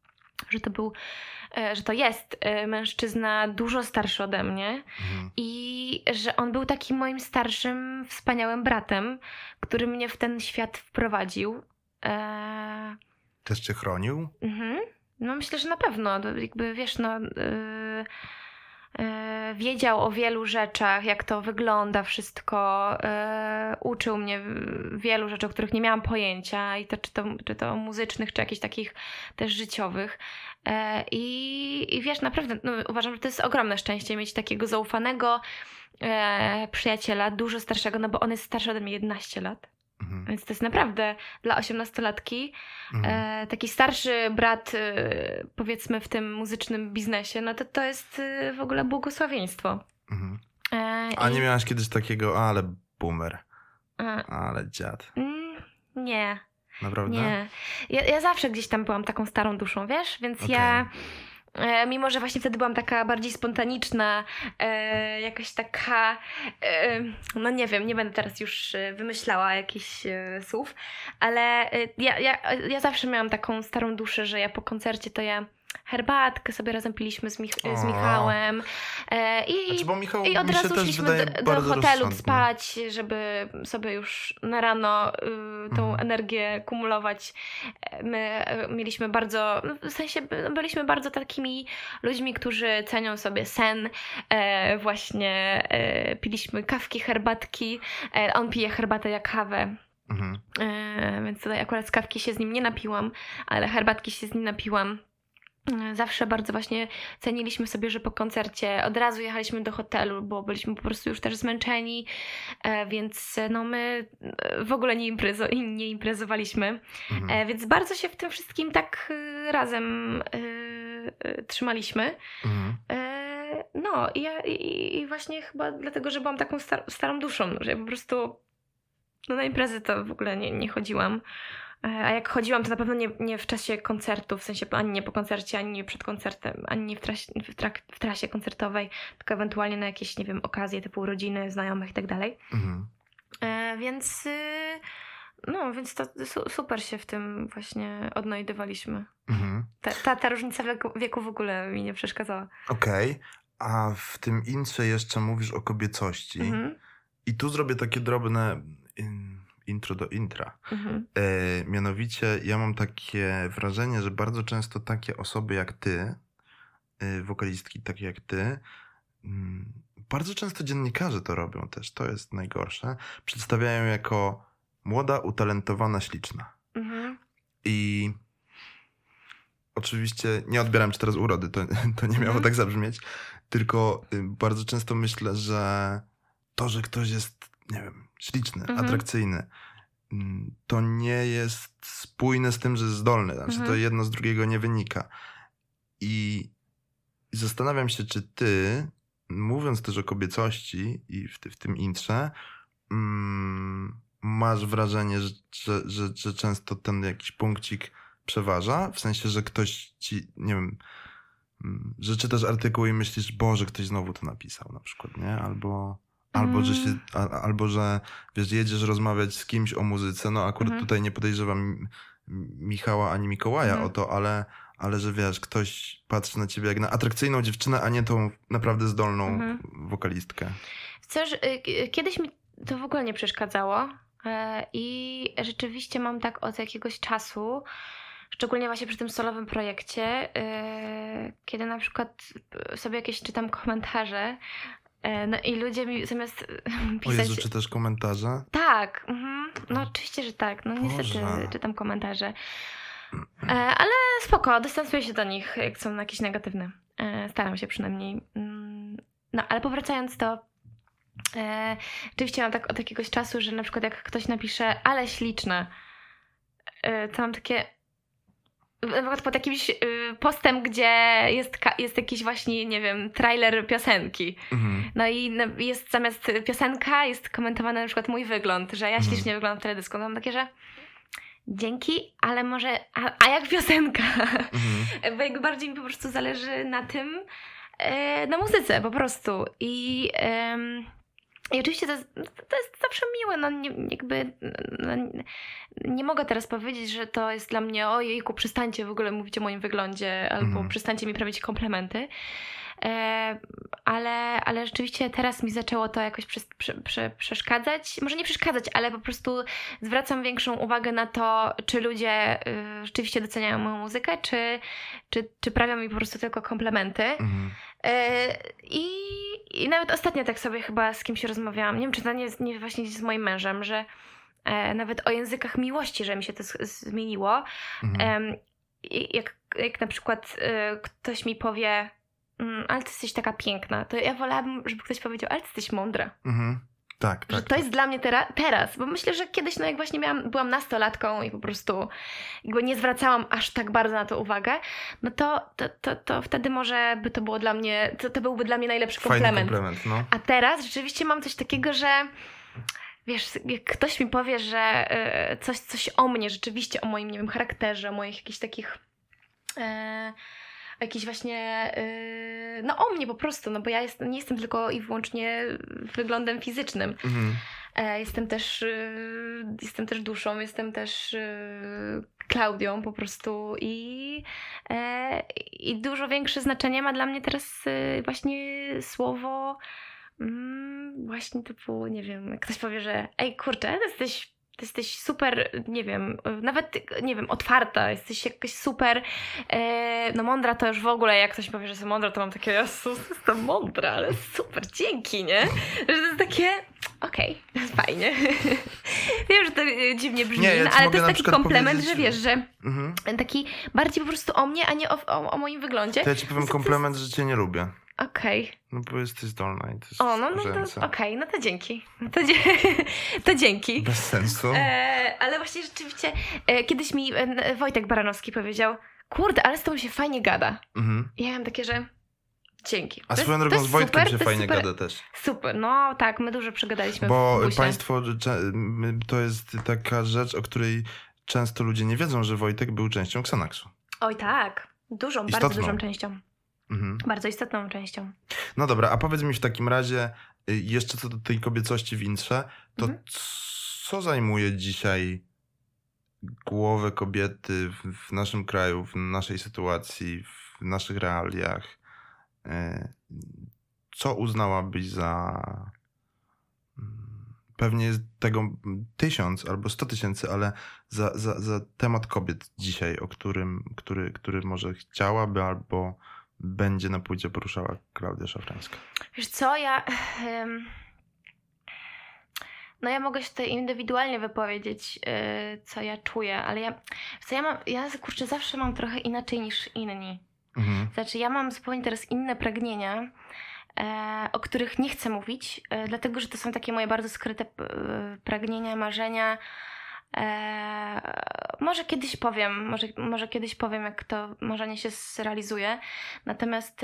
że to jest mężczyzna dużo starszy ode mnie i że on był takim moim starszym, wspaniałym bratem, który mnie w ten świat wprowadził. Też cię chronił? No myślę, że na pewno. Jakby wiesz, wiedział o wielu rzeczach, jak to wygląda wszystko. Uczył mnie wielu rzeczy, o których nie miałam pojęcia. I to czy to muzycznych, czy jakichś takich też życiowych. I wiesz, naprawdę uważam, że to jest ogromne szczęście mieć takiego zaufanego przyjaciela, dużo starszego, no bo on jest starszy ode mnie 11 lat. Więc to jest naprawdę dla 18-latki taki starszy brat, powiedzmy, w tym muzycznym biznesie, no to jest w ogóle błogosławieństwo. A nie miałaś kiedyś takiego, ale boomer, ale dziad? Nie. Naprawdę? Nie. Ja zawsze gdzieś tam byłam taką starą duszą, wiesz? Więc ja... Mimo, że właśnie wtedy byłam taka bardziej spontaniczna, jakaś taka, no nie wiem, nie będę teraz już wymyślała jakichś słów, ale ja zawsze miałam taką starą duszę, że ja po koncercie to ja herbatkę sobie razem piliśmy z Michałem i od razu szliśmy do hotelu spać, żeby sobie już na rano tą energię kumulować. My mieliśmy bardzo, w sensie byliśmy bardzo takimi ludźmi, którzy cenią sobie sen. Właśnie piliśmy kawki, herbatki. On pije herbatę, ja kawę. Więc tutaj akurat z kawki się z nim nie napiłam, ale herbatki się z nim napiłam. Zawsze bardzo właśnie ceniliśmy sobie, że po koncercie od razu jechaliśmy do hotelu, bo byliśmy po prostu już też zmęczeni, więc no my w ogóle nie imprezowaliśmy, więc bardzo się w tym wszystkim tak razem trzymaliśmy. No i właśnie chyba dlatego, że byłam taką starą duszą, że ja po prostu na imprezy to w ogóle nie chodziłam. A jak chodziłam, to na pewno nie w czasie koncertu, w sensie ani nie po koncercie, ani nie przed koncertem, ani nie w trasie koncertowej, tylko ewentualnie na jakieś, nie wiem, okazje typu urodziny, znajomych i tak dalej. Więc to super się w tym właśnie odnajdywaliśmy. Ta różnica wieku w ogóle mi nie przeszkadzała. Okej. A w tym intrze jeszcze mówisz o kobiecości. I tu zrobię takie drobne... intro do intra. Mianowicie ja mam takie wrażenie, że bardzo często takie osoby jak ty, wokalistki takie jak ty, bardzo często dziennikarze to robią też, to jest najgorsze, przedstawiają jako młoda, utalentowana, śliczna. I oczywiście nie odbieram ci teraz urody, to nie miało tak zabrzmieć, tylko bardzo często myślę, że to, że ktoś jest, nie wiem, śliczny, atrakcyjny, to nie jest spójne z tym, że jest zdolny. Znaczy to jedno z drugiego nie wynika. I zastanawiam się, czy ty, mówiąc też o kobiecości i w tym intrze, masz wrażenie, że często ten jakiś punkcik przeważa? W sensie, że ktoś ci, nie wiem, że czytasz artykuł i myślisz, Boże, ktoś znowu to napisał na przykład, nie? Albo że wiesz, jedziesz rozmawiać z kimś o muzyce, no akurat tutaj nie podejrzewam Michała ani Mikołaja o to, ale że wiesz, ktoś patrzy na ciebie jak na atrakcyjną dziewczynę, a nie tą naprawdę zdolną wokalistkę. Chcesz, kiedyś mi to w ogóle nie przeszkadzało i rzeczywiście mam tak od jakiegoś czasu, szczególnie właśnie przy tym solowym projekcie, kiedy na przykład sobie jakieś czytam komentarze, no i ludzie mi zamiast pisać... O Jezu, czytasz komentarze? Tak, no oczywiście, że tak. No niestety czytam komentarze. Ale spoko, dystansuję się do nich, jak są jakieś negatywne. Staram się przynajmniej. No, ale powracając do... Oczywiście mam tak od jakiegoś czasu, że na przykład jak ktoś napisze, ale śliczne, to mam takie... na przykład pod jakimś postem, gdzie jest jakiś właśnie, nie wiem, trailer piosenki. No i jest zamiast piosenka jest komentowany na przykład mój wygląd, że ja ślicznie wyglądam w teledysku. No mam takie, że dzięki, ale może a jak piosenka? Bo jakby bardziej mi po prostu zależy na tym, na muzyce po prostu. I oczywiście to jest zawsze miłe, nie mogę teraz powiedzieć, że to jest dla mnie ojejku, przestańcie w ogóle mówić o moim wyglądzie albo przestańcie mi prawić komplementy, ale rzeczywiście teraz mi zaczęło to jakoś przeszkadzać, może nie przeszkadzać, ale po prostu zwracam większą uwagę na to, czy ludzie rzeczywiście doceniają moją muzykę, czy prawią mi po prostu tylko komplementy. I nawet ostatnio tak sobie chyba z kimś rozmawiałam, nie wiem, czy to nie właśnie z moim mężem, że nawet o językach miłości, że mi się to zmieniło. Jak na przykład ktoś mi powie, ale ty jesteś taka piękna, to ja wolałabym, żeby ktoś powiedział, ale ty jesteś mądra. Tak. Że to jest dla mnie teraz, bo myślę, że kiedyś, jak właśnie byłam nastolatką i po prostu jakby nie zwracałam aż tak bardzo na to uwagę, no to wtedy może by to było dla mnie, to byłby dla mnie najlepszy komplement. Fajny komplement, no. A teraz rzeczywiście mam coś takiego, że wiesz, jak ktoś mi powie, że coś o mnie, rzeczywiście o moim, nie wiem, charakterze, o moich jakichś takich jakiś właśnie, no o mnie po prostu, no bo ja nie jestem tylko i wyłącznie wyglądem fizycznym. Jestem też duszą, jestem też Klaudią po prostu i dużo większe znaczenie ma dla mnie teraz właśnie słowo właśnie typu, nie wiem, jak ktoś powie, że ej kurczę, ty jesteś super, nie wiem, nawet, nie wiem, otwarta, jesteś jakaś super, no mądra to już w ogóle, jak ktoś powie, że jestem mądra, to mam takie, Jezus, jestem mądra, ale super, dzięki, nie? Że to jest takie, okej, fajnie. Wiem, że to dziwnie brzmi, ale to jest taki komplement, że wiesz, że taki bardziej po prostu o mnie, a nie o moim wyglądzie. To ja ci powiem komplement, że cię nie lubię. Okej. No bo jesteś zdolna i to jest to okej, no to dzięki. To dzięki. Bez sensu. Ale właśnie rzeczywiście kiedyś mi Wojtek Baranowski powiedział, kurde, ale z tobą się fajnie gada. I ja mam takie, że dzięki. A swoją drogą z Wojtkiem się fajnie gada też. Super, no tak, my dużo przegadaliśmy. Bo państwo, to jest taka rzecz, o której często ludzie nie wiedzą, że Wojtek był częścią Xanaxu. Oj tak, bardzo dużą częścią. Bardzo istotną częścią. No dobra, a powiedz mi w takim razie, jeszcze co do tej kobiecości w intrze, to co zajmuje dzisiaj głowę kobiety w naszym kraju, w naszej sytuacji, w naszych realiach? Co uznałabyś za... Pewnie jest tego 1000 albo 100 000, ale za temat kobiet dzisiaj, o który może chciałaby albo będzie na płycie poruszała Klaudia Szafrańska? Wiesz co, ja mogę się tutaj indywidualnie wypowiedzieć, co ja czuję, ale ja kurczę, zawsze mam trochę inaczej niż inni. Znaczy, ja mam zupełnie teraz inne pragnienia, o których nie chcę mówić, dlatego, że to są takie moje bardzo skryte pragnienia, marzenia. Może kiedyś powiem, jak to marzenie się zrealizuje. Natomiast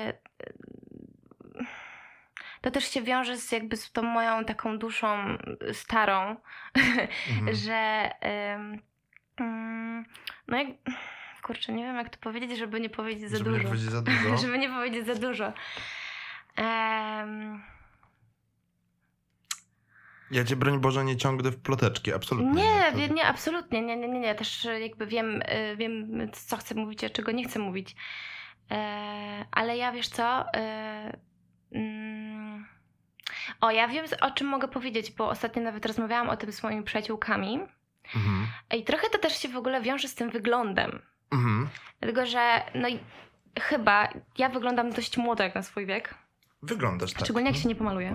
to też się wiąże z tą moją taką duszą starą, że kurczę, nie wiem jak to powiedzieć, żeby nie powiedzieć za dużo. Żeby nie powiedzieć za dużo. Ja cię, broń Boże, nie ciągnę w ploteczki, absolutnie. Nie, absolutnie, nie. Też jakby wiem, co chcę mówić, a czego nie chcę mówić. Ale ja, wiesz co... ja wiem, o czym mogę powiedzieć, bo ostatnio nawet rozmawiałam o tym z moimi przyjaciółkami. I trochę to też się w ogóle wiąże z tym wyglądem. Dlatego, że chyba ja wyglądam dość młodo jak na swój wiek. Wyglądasz tak. Szczególnie jak się nie pomaluję.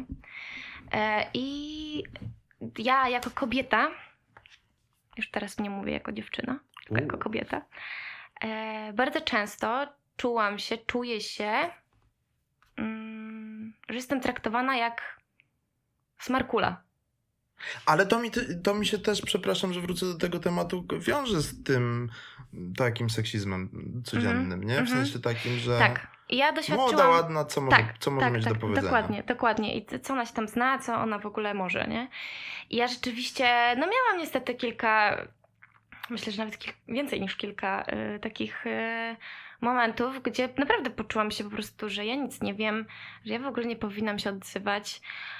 I ja jako kobieta, już teraz nie mówię jako dziewczyna, tylko jako kobieta, bardzo często czuję się, że jestem traktowana jak smarkula. Ale to mi się też, przepraszam, że wrócę do tego tematu, wiąże z tym takim seksizmem codziennym, nie? W sensie takim, że tak. Ja doświadczyłam... młoda, ładna, co może mieć do powiedzenia. Dokładnie. I co ona się tam zna, co ona w ogóle może, nie? I ja rzeczywiście, miałam niestety kilka, myślę, że nawet więcej niż kilka takich momentów, gdzie naprawdę poczułam się po prostu, że ja nic nie wiem, że ja w ogóle nie powinnam się odzywać,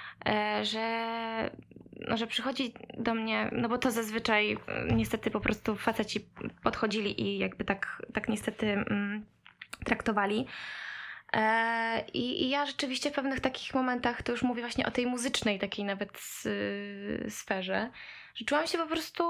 że przychodzi do mnie, bo to zazwyczaj niestety po prostu faceci podchodzili i jakby tak niestety traktowali. I ja rzeczywiście w pewnych takich momentach, to już mówię właśnie o tej muzycznej takiej nawet sferze, że czułam się po prostu,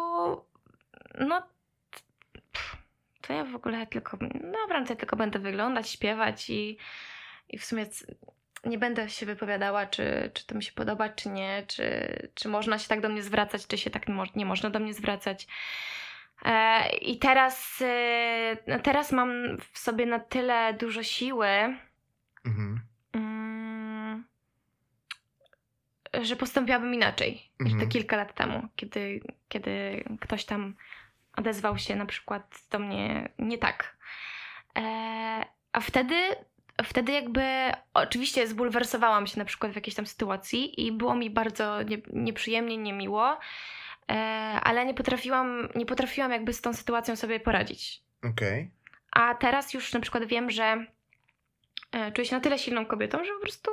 to ja w ogóle tylko, dobra, to ja tylko będę wyglądać, śpiewać i w sumie nie będę się wypowiadała, czy to mi się podoba, czy nie, czy można się tak do mnie zwracać, czy się tak nie można do mnie zwracać. I teraz mam w sobie na tyle dużo siły, że postąpiłabym inaczej niż te kilka lat temu, kiedy ktoś tam odezwał się na przykład do mnie nie tak. A wtedy jakby oczywiście zbulwersowałam się na przykład w jakiejś tam sytuacji i było mi bardzo nieprzyjemnie, niemiło, ale nie potrafiłam jakby z tą sytuacją sobie poradzić. Okej. A teraz już na przykład wiem, że czuję się na tyle silną kobietą, że po prostu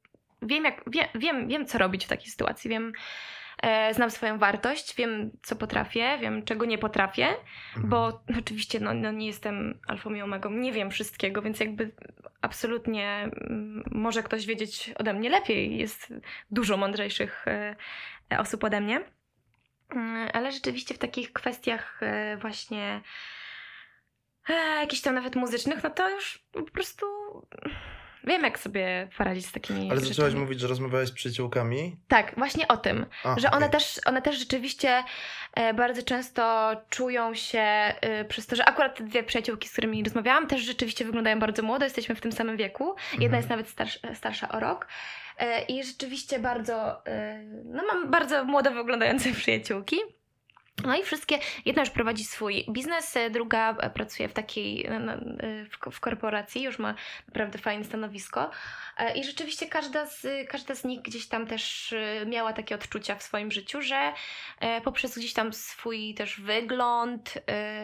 wiem co robić w takiej sytuacji. Znam swoją wartość, wiem co potrafię, wiem czego nie potrafię, bo oczywiście nie jestem alfą i omegą, nie wiem wszystkiego, więc jakby absolutnie może ktoś wiedzieć ode mnie lepiej. Jest dużo mądrzejszych osób ode mnie. Ale rzeczywiście w takich kwestiach właśnie jakichś tam nawet muzycznych, to już po prostu wiem, jak sobie poradzić z takimi Ale zaczęłaś rzeczami. mówić, że rozmawiałaś z przyjaciółkami? Tak, właśnie o tym, że one też rzeczywiście bardzo często czują się przez to, że akurat te dwie przyjaciółki, z którymi rozmawiałam, też rzeczywiście wyglądają bardzo młodo, jesteśmy w tym samym wieku. Jedna jest nawet starsza o rok. I rzeczywiście mam bardzo młodo wyglądające przyjaciółki. I wszystkie, jedna już prowadzi swój biznes, druga pracuje w takiej, w korporacji, już ma naprawdę fajne stanowisko. I rzeczywiście każda z nich gdzieś tam też miała takie odczucia w swoim życiu, że poprzez gdzieś tam swój też wygląd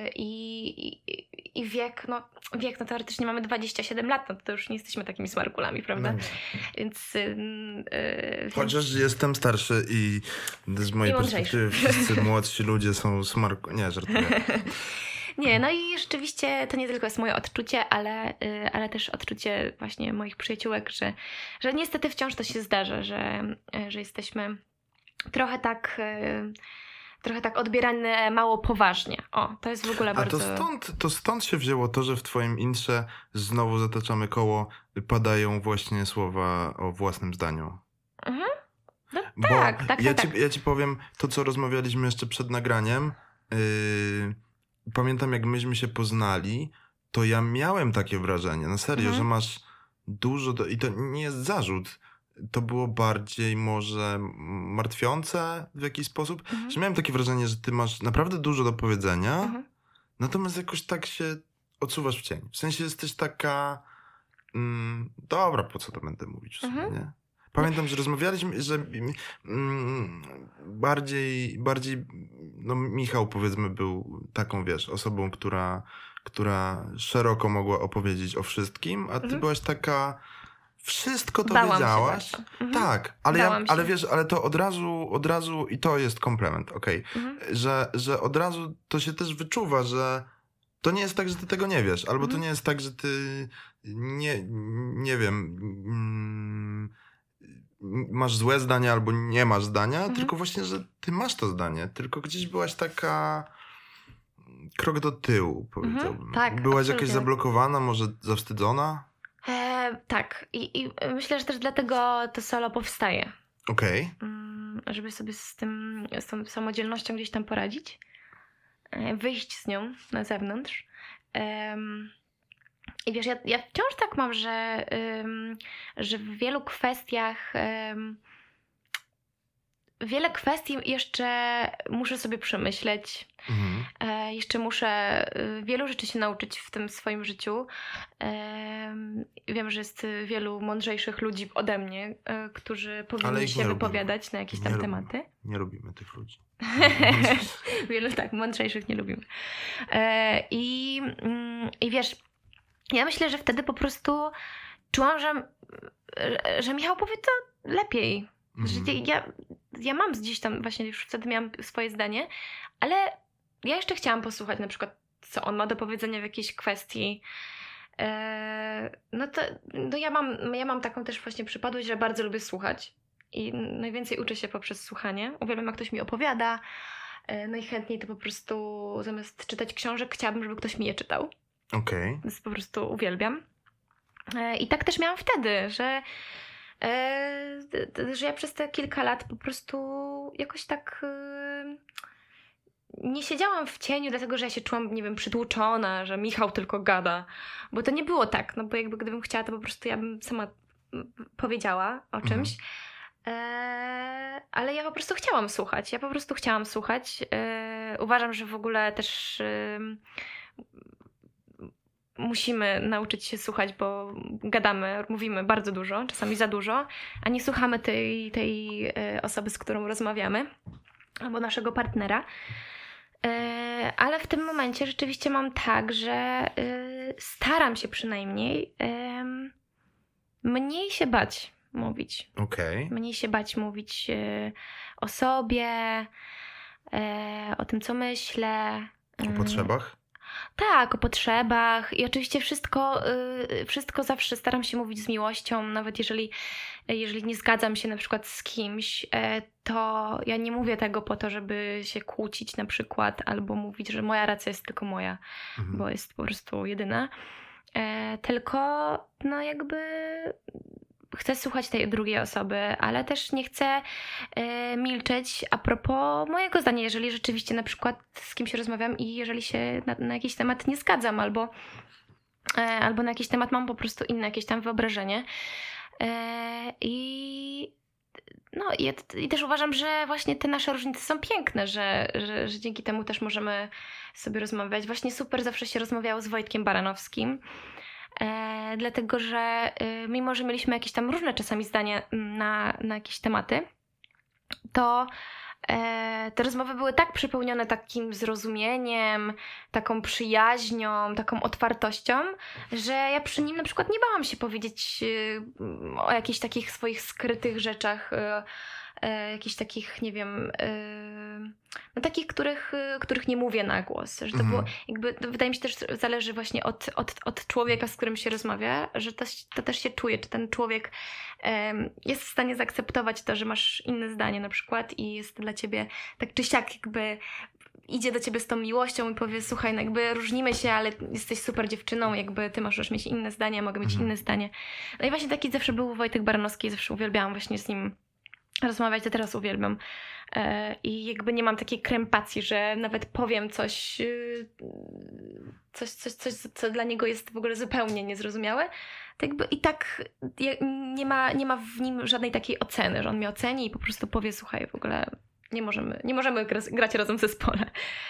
i wiek, teoretycznie mamy 27 lat, to już nie jesteśmy takimi smarkulami, prawda? Więc... Chociaż jestem starszy i z mojej perspektywy wszyscy młodsi ludzie są Nie, żartuję. Nie, i rzeczywiście to nie tylko jest moje odczucie, ale też odczucie właśnie moich przyjaciółek, że niestety wciąż to się zdarza, że jesteśmy trochę tak odbierane mało poważnie. To jest w ogóle bardzo... To stąd się wzięło to, że w twoim intrze znowu zataczamy koło, padają właśnie słowa o własnym zdaniu. Mhm. Bo tak. Ja ci powiem, to co rozmawialiśmy jeszcze przed nagraniem, pamiętam jak myśmy się poznali, to ja miałem takie wrażenie, na serio, że masz dużo, i to nie jest zarzut, to było bardziej może martwiące w jakiś sposób, że miałem takie wrażenie, że ty masz naprawdę dużo do powiedzenia, natomiast jakoś tak się odsuwasz w cień. W sensie jesteś taka, dobra, po co to będę mówić w sumie, nie? Pamiętam, że rozmawialiśmy, że bardziej Michał powiedzmy był taką, osobą, która szeroko mogła opowiedzieć o wszystkim, a ty byłaś taka, wszystko to wiedziałaś. Tak, ale wiesz, ale to od razu i to jest komplement, okej, że od razu to się też wyczuwa, że to nie jest tak, że ty tego nie wiesz, albo to nie jest tak, że ty nie wiem, masz złe zdanie albo nie masz zdania, tylko właśnie, że ty masz to zdanie, tylko gdzieś byłaś taka krok do tyłu, powiedziałbym. Tak, byłaś jakaś zablokowana, może zawstydzona? Tak. I myślę, że też dlatego to solo powstaje. Okej. Żeby sobie z tą samodzielnością gdzieś tam poradzić. Wyjść z nią na zewnątrz. I wiesz, ja wciąż tak mam, że w wielu kwestiach wiele kwestii jeszcze muszę sobie przemyśleć. Jeszcze muszę wielu rzeczy się nauczyć w tym swoim życiu. Wiem, że jest wielu mądrzejszych ludzi ode mnie, którzy powinni się wypowiadać na jakieś tam tematy. Nie lubimy tych ludzi. Wielu tak, mądrzejszych nie lubimy. I wiesz, ja myślę, że wtedy po prostu czułam, że Michał powie to lepiej. Że ja mam gdzieś tam, właśnie już wtedy miałam swoje zdanie, ale ja jeszcze chciałam posłuchać na przykład, co on ma do powiedzenia w jakiejś kwestii. Ja mam taką też właśnie przypadłość, że bardzo lubię słuchać. I najwięcej uczę się poprzez słuchanie. Uwielbiam, jak ktoś mi opowiada. Najchętniej to po prostu zamiast czytać książek, chciałabym, żeby ktoś mi je czytał. Okej. Więc po prostu uwielbiam. I tak też miałam wtedy, że ja przez te kilka lat po prostu jakoś tak nie siedziałam w cieniu, dlatego że ja się czułam, nie wiem, przytłuczona, że Michał tylko gada. Bo to nie było tak, no bo jakby gdybym chciała, to po prostu ja bym sama powiedziała o czymś. Ale ja po prostu chciałam słuchać. Uważam, że w ogóle też musimy nauczyć się słuchać, bo gadamy, mówimy bardzo dużo, czasami za dużo, a nie słuchamy tej osoby, z którą rozmawiamy, albo naszego partnera. Ale w tym momencie rzeczywiście mam tak, że staram się przynajmniej mniej się bać mówić. Mniej się bać mówić o sobie, o tym, co myślę. O potrzebach? Tak, o potrzebach i oczywiście wszystko zawsze staram się mówić z miłością, nawet jeżeli nie zgadzam się na przykład z kimś, to ja nie mówię tego po to, żeby się kłócić na przykład, albo mówić, że moja racja jest tylko moja, bo jest po prostu jedyna, tylko no jakby chcę słuchać tej drugiej osoby, ale też nie chcę milczeć a propos mojego zdania, jeżeli rzeczywiście na przykład z kimś rozmawiam i jeżeli się na jakiś temat nie zgadzam, albo na jakiś temat mam po prostu inne jakieś tam wyobrażenie. I też uważam, że właśnie te nasze różnice są piękne, że dzięki temu też możemy sobie rozmawiać. Właśnie super zawsze się rozmawiało z Wojtkiem Baranowskim, dlatego że mimo, że mieliśmy jakieś tam różne czasami zdania na jakieś tematy, to te rozmowy były tak przepełnione takim zrozumieniem, taką przyjaźnią, taką otwartością, że ja przy nim na przykład nie bałam się powiedzieć o jakichś takich swoich skrytych rzeczach, jakichś takich, nie wiem, no takich, których nie mówię na głos. Że to było, jakby, to wydaje mi się też zależy właśnie od człowieka, z którym się rozmawia, że to też się czuje, czy ten człowiek jest w stanie zaakceptować to, że masz inne zdanie na przykład i jest dla ciebie tak czy siak jakby idzie do ciebie z tą miłością i powie, słuchaj, no jakby różnimy się, ale jesteś super dziewczyną, jakby ty możesz mieć inne zdanie, mogę mieć inne zdanie. No i właśnie taki zawsze był Wojtek Baranowski, zawsze uwielbiałam właśnie z nim rozmawiać, to teraz uwielbiam. I jakby nie mam takiej krępacji, że nawet powiem coś, co dla niego jest w ogóle zupełnie niezrozumiałe. To jakby i tak nie ma w nim żadnej takiej oceny, że on mnie oceni i po prostu powie, słuchaj, w ogóle nie możemy grać razem w zespole.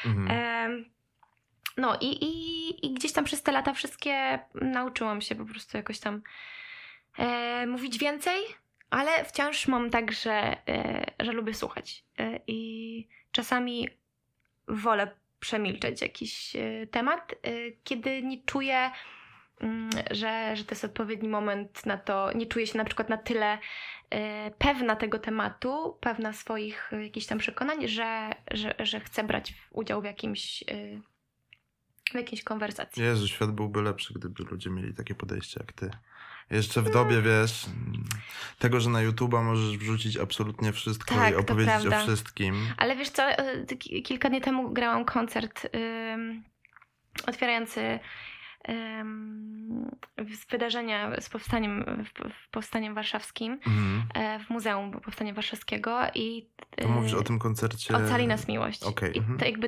No i gdzieś tam przez te lata wszystkie nauczyłam się po prostu jakoś tam mówić więcej, ale wciąż mam tak, że lubię słuchać i czasami wolę przemilczeć jakiś temat, kiedy nie czuję, że to jest odpowiedni moment na to, nie czuję się na przykład na tyle pewna tego tematu, pewna swoich jakichś tam przekonań, że chcę brać udział w jakiejś konwersacji. Jezu, świat byłby lepszy, gdyby ludzie mieli takie podejście jak ty. Jeszcze w dobie, wiesz, tego, że na YouTube'a możesz wrzucić absolutnie wszystko i opowiedzieć o wszystkim. Ale wiesz co, kilka dni temu grałam koncert otwierający wydarzenia z powstaniem warszawskim w Muzeum Powstania Warszawskiego i to mówisz o tym koncercie? Ocali nas miłość. Okay. I to jakby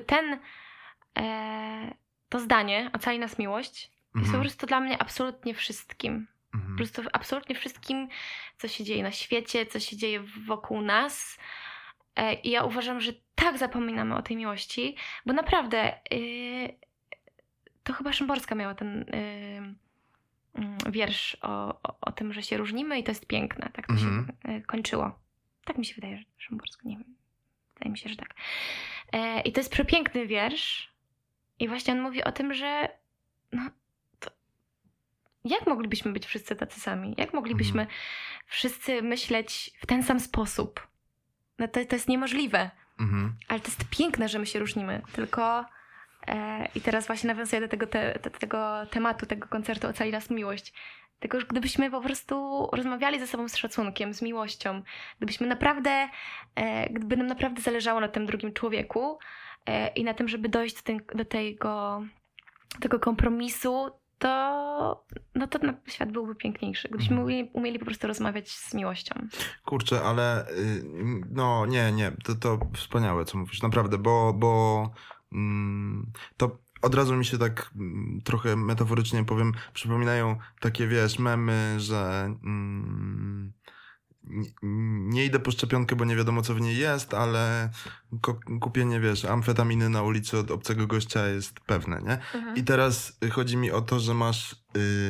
to zdanie Ocali nas miłość jest po prostu dla mnie absolutnie wszystkim. Po prostu absolutnie wszystkim, co się dzieje na świecie, co się dzieje wokół nas. I ja uważam, że tak zapominamy o tej miłości, bo naprawdę to chyba Szymborska miała ten wiersz o tym, że się różnimy i to jest piękne. Tak to się kończyło. Tak mi się wydaje, że Szymborska, nie wiem. Wydaje mi się, że tak. I to jest przepiękny wiersz i właśnie on mówi o tym, że jak moglibyśmy być wszyscy tacy sami? Jak moglibyśmy wszyscy myśleć w ten sam sposób? No to jest niemożliwe. Ale to jest piękne, że my się różnimy. Tylko i teraz właśnie nawiązuję do tego tematu, tego koncertu Ocali nas miłość. Tylko, że gdybyśmy po prostu rozmawiali ze sobą z szacunkiem, z miłością, gdybyśmy naprawdę, gdyby nam naprawdę zależało na tym drugim człowieku i na tym, żeby dojść do tego kompromisu, to świat byłby piękniejszy. Gdybyśmy umieli po prostu rozmawiać z miłością. Kurczę, ale no nie, to wspaniałe, co mówisz, naprawdę, bo to od razu mi się tak trochę metaforycznie powiem, przypominają takie, wiesz, memy, że nie idę po szczepionkę, bo nie wiadomo, co w niej jest, ale kupienie, wiesz, amfetaminy na ulicy od obcego gościa jest pewne, nie? I teraz chodzi mi o to, że masz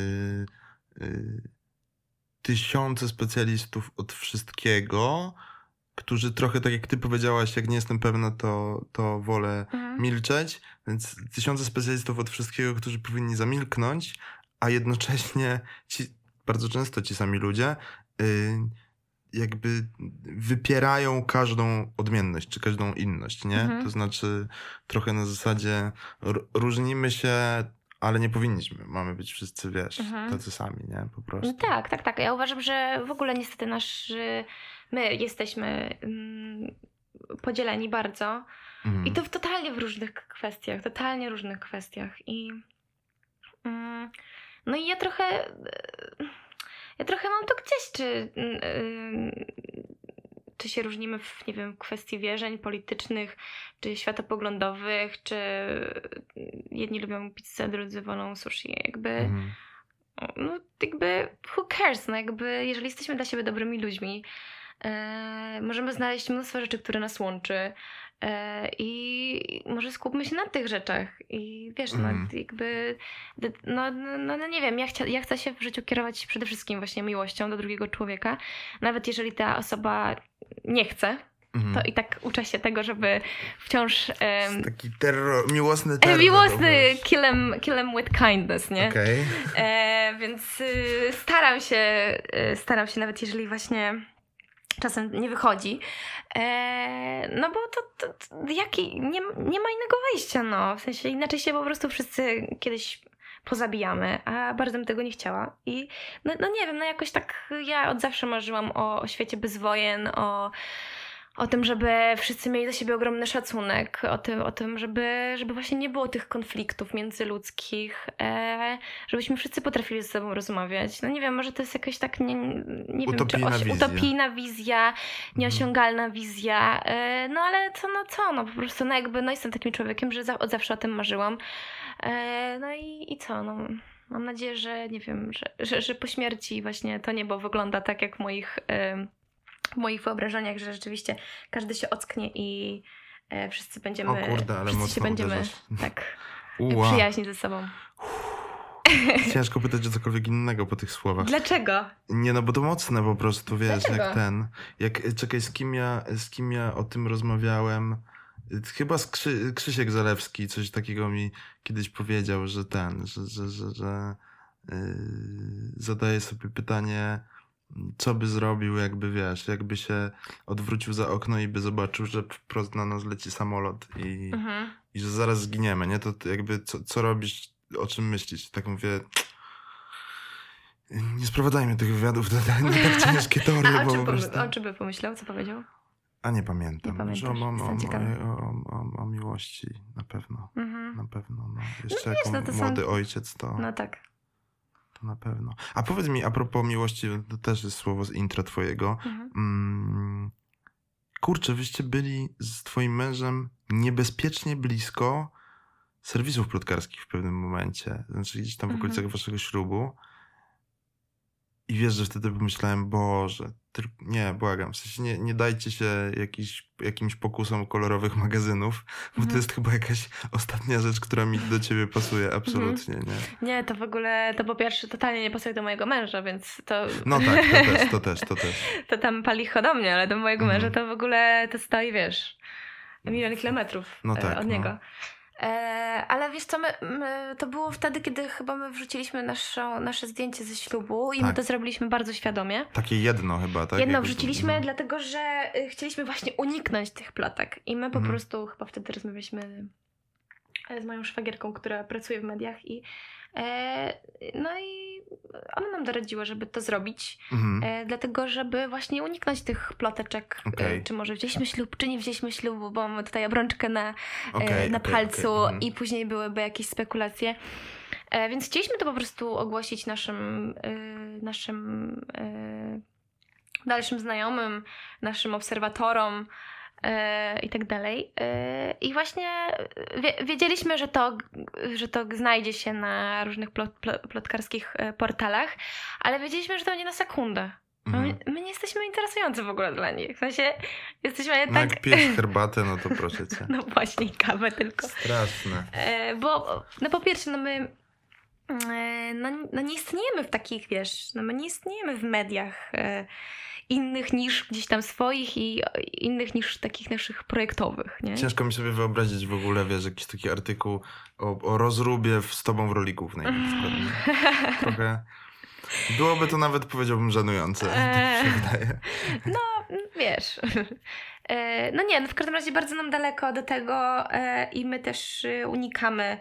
tysiące specjalistów od wszystkiego, którzy trochę, tak jak ty powiedziałaś, jak nie jestem pewna, to wolę milczeć, więc tysiące specjalistów od wszystkiego, którzy powinni zamilknąć, a jednocześnie bardzo często ci sami ludzie jakby wypierają każdą odmienność, czy każdą inność, nie? To znaczy trochę na zasadzie różnimy się, ale nie powinniśmy. Mamy być wszyscy, wiesz, tacy sami, nie? Po prostu. Tak. Ja uważam, że w ogóle niestety my jesteśmy podzieleni bardzo i to totalnie w różnych kwestiach. I no i ja trochę mam to gdzieś, czy się różnimy w, nie wiem, kwestii wierzeń politycznych, czy światopoglądowych, czy jedni lubią pizzę, drudzy wolą sushi, jakby who cares, jakby jeżeli jesteśmy dla siebie dobrymi ludźmi, możemy znaleźć mnóstwo rzeczy, które nas łączy i może skupmy się na tych rzeczach i wiesz, nie wiem, ja chcę się w życiu kierować przede wszystkim właśnie miłością do drugiego człowieka, nawet jeżeli ta osoba nie chce, to i tak uczę się tego, żeby wciąż taki miłosny terror. Miłosny kill em with kindness, nie? Okay. Więc staram się nawet jeżeli właśnie czasem nie wychodzi, no bo to nie ma innego wyjścia, no. W sensie inaczej się po prostu wszyscy kiedyś pozabijamy, a bardzo bym tego nie chciała. I no nie wiem, jakoś tak ja od zawsze marzyłam o świecie bez wojen, o tym, żeby wszyscy mieli do siebie ogromny szacunek, o tym żeby właśnie nie było tych konfliktów międzyludzkich, żebyśmy wszyscy potrafili ze sobą rozmawiać. No nie wiem, może to jest jakaś tak, nie wiem, czy utopijna wizja, nieosiągalna wizja, no ale co, po prostu jestem takim człowiekiem, że od zawsze o tym marzyłam. No i co, mam nadzieję, że nie wiem, że po śmierci właśnie to niebo wygląda tak jak w moich wyobrażeniach, że rzeczywiście każdy się ocknie i wszyscy będziemy... O kurde, ale mocno się będziemy tak przyjaźni ze sobą. Ciężko pytać o cokolwiek innego po tych słowach. Dlaczego? Nie, bo to mocne po prostu, wiesz, Dlaczego? Czekaj, z kim ja o tym rozmawiałem? Chyba Krzysiek Zalewski coś takiego mi kiedyś powiedział, że zadaje sobie pytanie, co by zrobił, jakby się odwrócił za okno i by zobaczył, że wprost na nas leci samolot i że zaraz zginiemy, nie? To jakby co robisz, o czym myślisz? Tak mówię, nie sprowadzajmy tych wywiadów na tak ciężkie tory. O czym by pomyślał? Co powiedział? A nie pamiętam. Że o miłości na pewno. Na pewno. No. Jeszcze jako młody ojciec to... No tak. To na pewno. A powiedz mi, a propos miłości, to też jest słowo z intra twojego. Kurczę, wyście byli z twoim mężem niebezpiecznie blisko serwisów plotkarskich w pewnym momencie. Znaczy gdzieś tam w okolicach waszego ślubu. I wiesz, że wtedy pomyślałem, Boże, Nie, błagam. W sensie nie dajcie się jakimś pokusom kolorowych magazynów, bo to jest chyba jakaś ostatnia rzecz, która mi do ciebie pasuje. Absolutnie, nie? Nie, to w ogóle, to po pierwsze totalnie nie pasuje do mojego męża, więc to... No tak, to też. To tam palicho do mnie, ale do mojego męża to w ogóle to stoi, wiesz, milion kilometrów od niego. Ale wiesz co, to było wtedy, kiedy chyba my wrzuciliśmy nasze zdjęcie ze ślubu i my to zrobiliśmy bardzo świadomie. Takie jedno chyba, tak? Jedno wrzuciliśmy, dlatego że chcieliśmy właśnie uniknąć tych plotek. I my po prostu chyba wtedy rozmawialiśmy z moją szwagierką, która pracuje w mediach i no i ona nam doradziła, żeby to zrobić, dlatego żeby właśnie uniknąć tych ploteczek, czy może wzięliśmy ślub, czy nie wzięliśmy ślubu, bo mamy tutaj obrączkę na palcu i później byłyby jakieś spekulacje. Więc chcieliśmy to po prostu ogłosić naszym dalszym znajomym, naszym obserwatorom, i tak dalej. I właśnie wiedzieliśmy, że to znajdzie się na różnych plotkarskich portalach, ale wiedzieliśmy, że to będzie na sekundę. My nie jesteśmy interesujący w ogóle dla nich. W sensie jesteśmy tak... Jak pijesz herbatę, no to proszę cię. No właśnie, kawę tylko. Straszne. Bo no po pierwsze, my nie istniejemy w takich, wiesz, my nie istniejemy w mediach innych niż gdzieś tam swoich i innych niż takich naszych projektowych, nie? Ciężko mi sobie wyobrazić w ogóle, wiesz, jakiś taki artykuł o rozróbie z tobą w roli głównej. Trochę... Byłoby to nawet, powiedziałbym, żenujące. Tak się wydaje. No, wiesz... No nie, no w każdym razie bardzo nam daleko do tego i my też unikamy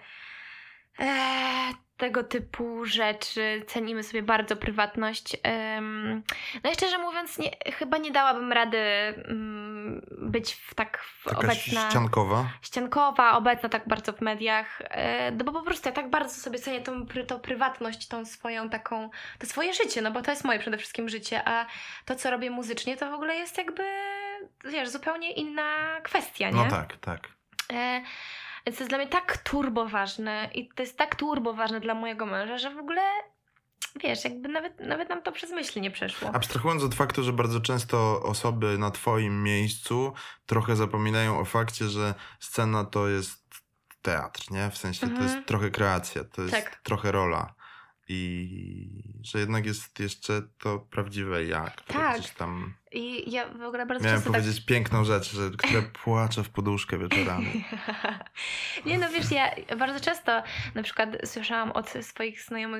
tego typu rzeczy, cenimy sobie bardzo prywatność. No i szczerze mówiąc, chyba nie dałabym rady być obecna... Ściankowa, obecna tak bardzo w mediach, no bo po prostu ja tak bardzo sobie cenię tą prywatność, tą swoją taką, to swoje życie, no bo to jest moje przede wszystkim życie, a to, co robię muzycznie, to w ogóle jest jakby, wiesz, zupełnie inna kwestia, nie? No tak. Więc to jest dla mnie tak turbo ważne i to jest tak turbo ważne dla mojego męża, że w ogóle, wiesz, jakby nawet nam to przez myśli nie przeszło. Abstrahując od faktu, że bardzo często osoby na twoim miejscu trochę zapominają o fakcie, że scena to jest teatr, nie? W sensie to jest trochę kreacja, to jest trochę rola. I że jednak jest jeszcze to prawdziwe ja, które gdzieś tam... I ja w ogóle bardzo miałem często powiedzieć piękną rzecz, która płacze w poduszkę wieczorami. Nie, no wiesz, ja bardzo często na przykład słyszałam od swoich znajomych,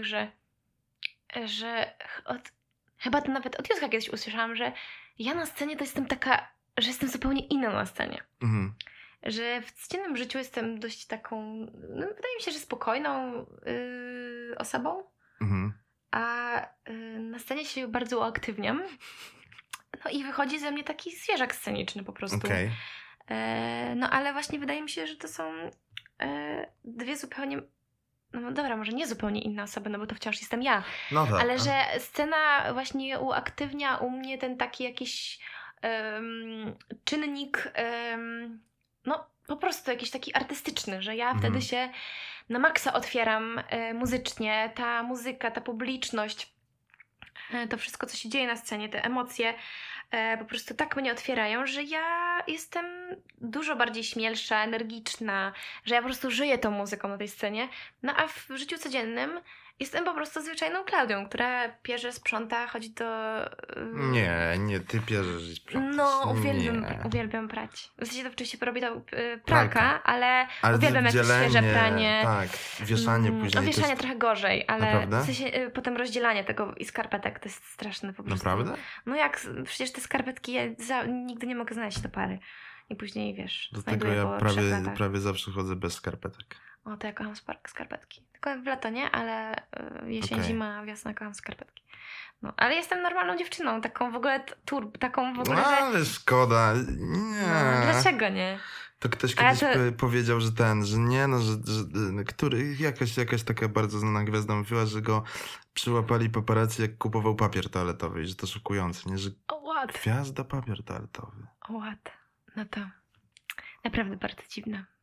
chyba to nawet od Józka kiedyś usłyszałam, że ja na scenie to jestem taka, że jestem zupełnie inna na scenie. Że w codziennym życiu jestem dość taką, no wydaje mi się, że spokojną osobą, a na scenie się bardzo uaktywniam. No i wychodzi ze mnie taki zwierzak sceniczny po prostu. No ale właśnie wydaje mi się, że to są dwie zupełnie, no dobra, może nie zupełnie inne osoby, no bo to wciąż jestem ja. No tak, ale że scena właśnie uaktywnia u mnie ten taki jakiś czynnik, no po prostu jakiś taki artystyczny, że ja wtedy się na maksa otwieram muzycznie, ta muzyka, ta publiczność, to wszystko, co się dzieje na scenie, te emocje po prostu tak mnie otwierają, że ja jestem dużo bardziej śmielsza, energiczna, że ja po prostu żyję tą muzyką na tej scenie. No a w życiu codziennym jestem po prostu zwyczajną Klaudią, która pierze, sprząta, chodzi do... Nie, ty pierzesz i sprzątasz. No, uwielbiam prać. W sensie to oczywiście robi to pralka, ale uwielbiam jakieś świeże pranie. Tak, wieszanie później. Wieszanie trochę gorzej, ale naprawdę? W sensie potem rozdzielanie tego i skarpetek to jest straszne po prostu. Naprawdę? No przecież te skarpetki ja nigdy nie mogę znaleźć do pary. I później, wiesz, do tego ja prawie zawsze chodzę bez skarpetek. O, to ja kocham skarpetki. Tylko w lato nie, ale jesień, zima, wiosna kocham skarpetki. No, ale jestem normalną dziewczyną, taką w ogóle taką w ogóle, ale szkoda. Nie. No, dlaczego nie? To ktoś kiedyś powiedział, że nie, no, jakaś taka bardzo znana gwiazda mówiła, że go przyłapali paparazzi, jak kupował papier toaletowy i że to szokujące, nie? Że gwiazda papier toaletowy. No to naprawdę bardzo dziwne.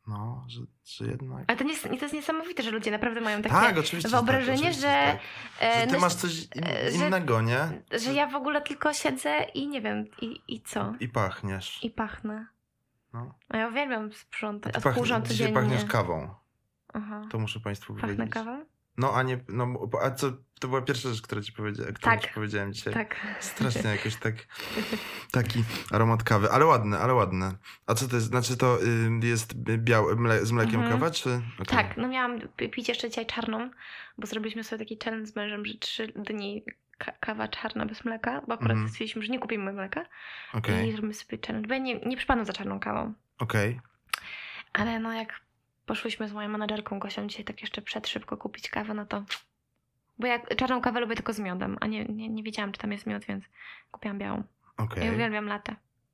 No, że jednak... Ale to jest niesamowite, że ludzie naprawdę mają takie Tak, oczywiście. wyobrażenie, oczywiście, że... Że ty masz coś innego, nie? Że ja w ogóle tylko siedzę i nie wiem, i co? I pachniesz. I pachnę. No. A ja uwielbiam sprzątać, A ty odkurzam dzisiaj codziennie. pachniesz kawą. Aha. To muszę państwu Pachnę powiedzieć. kawą? No, a nie... No, a co... To była pierwsza rzecz, którą ci powiedziałem dzisiaj. Tak. Strasznie jakoś taki aromat kawy. Ale ładne. A co to jest? Znaczy to jest białe, z mlekiem kawa, czy... Okay. Tak, no miałam pić jeszcze dzisiaj czarną, bo zrobiliśmy sobie taki challenge z mężem, że 3 dni kawa czarna bez mleka, bo akurat stwierdziliśmy, że nie kupimy mleka. Okay. I zrobimy sobie challenge, bo ja nie przypadam za czarną kawą. Okej. Ale no jak poszłyśmy z moją menadżerką Gosią dzisiaj tak jeszcze szybko kupić kawę, no to... Bo ja czarną kawę lubię tylko z miodem, a nie wiedziałam, czy tam jest miód, więc kupiłam białą. Okay. I uwielbiam latte.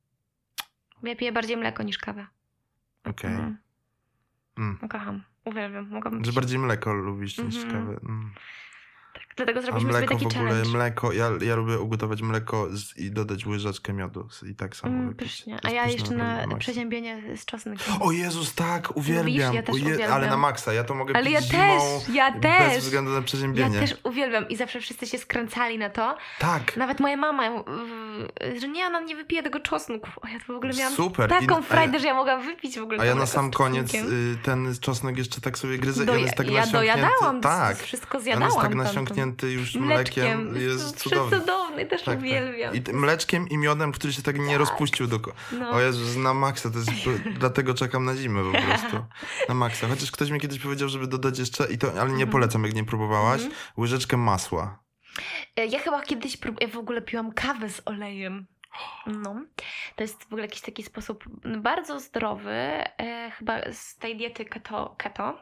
Ja piję bardziej mleko niż kawę. Okej. Kocham. Uwielbiam. Że bardziej mleko lubisz niż kawę. Tak, dlatego zrobiliśmy sobie taki challenge. A mleko, ja lubię ugotować mleko i dodać łyżeczkę miodu i tak samo wypić. Pysznie. A ja jeszcze na przeziębienie z czosnkiem. O Jezus, tak, uwielbiam. Ja też uwielbiam. Ale na maksa, ja to mogę ale pić zimą. Ja też. Bez względu na przeziębienie. Ja też uwielbiam i zawsze wszyscy się skręcali na to. Tak. Nawet moja mama, że nie, ona nie wypije tego czosnku. O, ja to w ogóle miałam super. taką frajdę, że ja mogłam wypić w ogóle. A ja na sam koniec ten czosnek jeszcze tak sobie gryzę i on jest tak ja nasiąknięty. dojadałam, tak. Wszystko zjadałam. On jest tak nasiąknięty już mlekiem. Jest cudowny. Cudowny, też tak, uwielbiam. Tak. I mleczkiem i miodem, który się tak nie rozpuścił do... No. O Jezus, na maksa, to jest... Dlatego czekam na zimę po prostu. Na maksa. Chociaż ktoś mi kiedyś powiedział, żeby dodać jeszcze, ale nie polecam, jak nie próbowałaś, łyżeczkę masła. Ja chyba kiedyś ja w ogóle piłam kawę z olejem. No. To jest w ogóle jakiś taki sposób bardzo zdrowy, chyba z tej diety keto.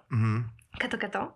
Keto.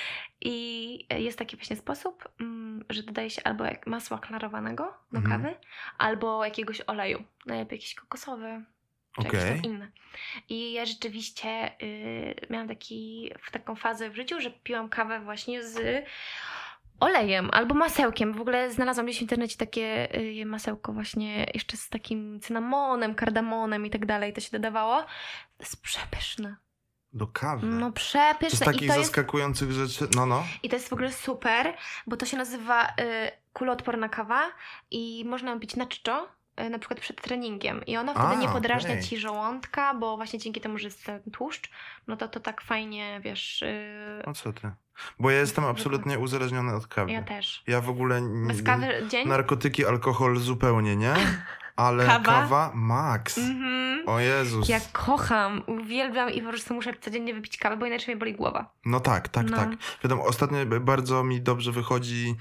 I jest taki właśnie sposób, że dodaje się albo masła klarowanego do kawy, albo jakiegoś oleju. Najlepiej jakiś kokosowy, czy jakieś tam inne. I ja rzeczywiście miałam taką fazę w życiu, że piłam kawę właśnie z olejem albo masełkiem. W ogóle znalazłam gdzieś w internecie takie masełko właśnie jeszcze z takim cynamonem, kardamonem i tak dalej. To się dodawało. To jest przepyszne. Do kawy? No przepyszne. To z takich zaskakujących rzeczy, no. I to jest w ogóle super, bo to się nazywa kuloodporna kawa i można ją pić na czczo, na przykład przed treningiem. I ona wtedy nie podrażnia ci żołądka, bo właśnie dzięki temu, że jest ten tłuszcz, no to tak fajnie, wiesz... O co ty? Bo ja jestem absolutnie uzależniony od kawy. Ja też. Ja w ogóle... Bez kawy dzień? Narkotyki, alkohol zupełnie, nie? Ale kawa max. O Jezus. Ja kocham, uwielbiam i po prostu muszę codziennie wypić kawę, bo inaczej mnie boli głowa. No tak. Wiadomo, ostatnio bardzo mi dobrze wychodzi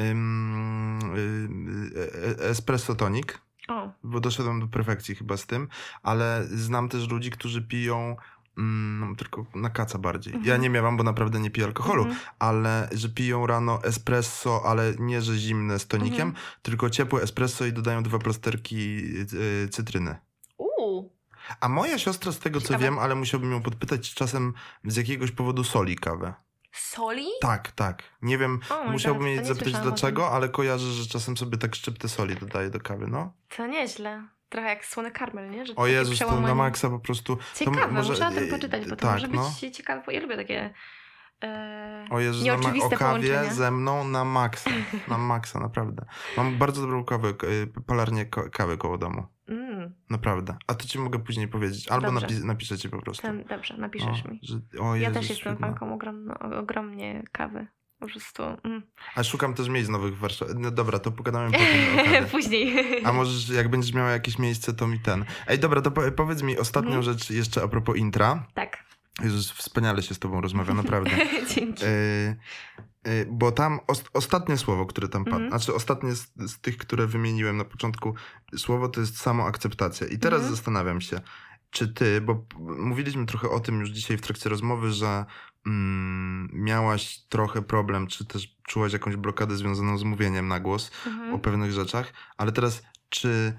espresso tonic. Bo doszedłem do perfekcji chyba z tym, ale znam też ludzi, którzy piją tylko na kaca bardziej. Ja nie miałam, bo naprawdę nie piję alkoholu, ale że piją rano espresso, ale nie, że zimne z tonikiem, tylko ciepłe espresso i dodają 2 plasterki cytryny. A moja siostra, z tego co wiem, ale musiałbym ją podpytać, czasem z jakiegoś powodu soli kawę. Soli? Tak. Nie wiem, musiałbym jej zapytać dlaczego, ale kojarzę, że czasem sobie tak szczyptę soli dodaję do kawy, no. To nieźle. Trochę jak słony karmel, nie? Że o Jezus, to na maksa po prostu... Ciekawe, muszę o tym poczytać, bo to może być ciekawe, bo ja lubię takie o Jezus, nieoczywiste o kawie połączenia. Ze mną na maksa, naprawdę. Mam bardzo dobrą kawę, palarnię kawy koło domu. Naprawdę. A to ci mogę później powiedzieć. Albo napiszę ci po prostu. Dobrze, napiszesz mi. Jezus, ja też jestem fanką ogromnie kawy. Po prostu. A szukam też miejsc nowych w Warszawie. No dobra, to pogadamy potem. Później. A możesz, jak będziesz miała jakieś miejsce, to mi ten. Ej, dobra, to powiedz mi ostatnią rzecz jeszcze a propos intra. Tak. Jezus, wspaniale się z tobą rozmawia, naprawdę. Dzięki. Bo tam ostatnie słowo, które tam padło, znaczy ostatnie z tych, które wymieniłem na początku, słowo to jest samoakceptacja. I teraz zastanawiam się, czy ty, bo mówiliśmy trochę o tym już dzisiaj w trakcie rozmowy, że miałaś trochę problem, czy też czułaś jakąś blokadę związaną z mówieniem na głos o pewnych rzeczach, ale teraz czy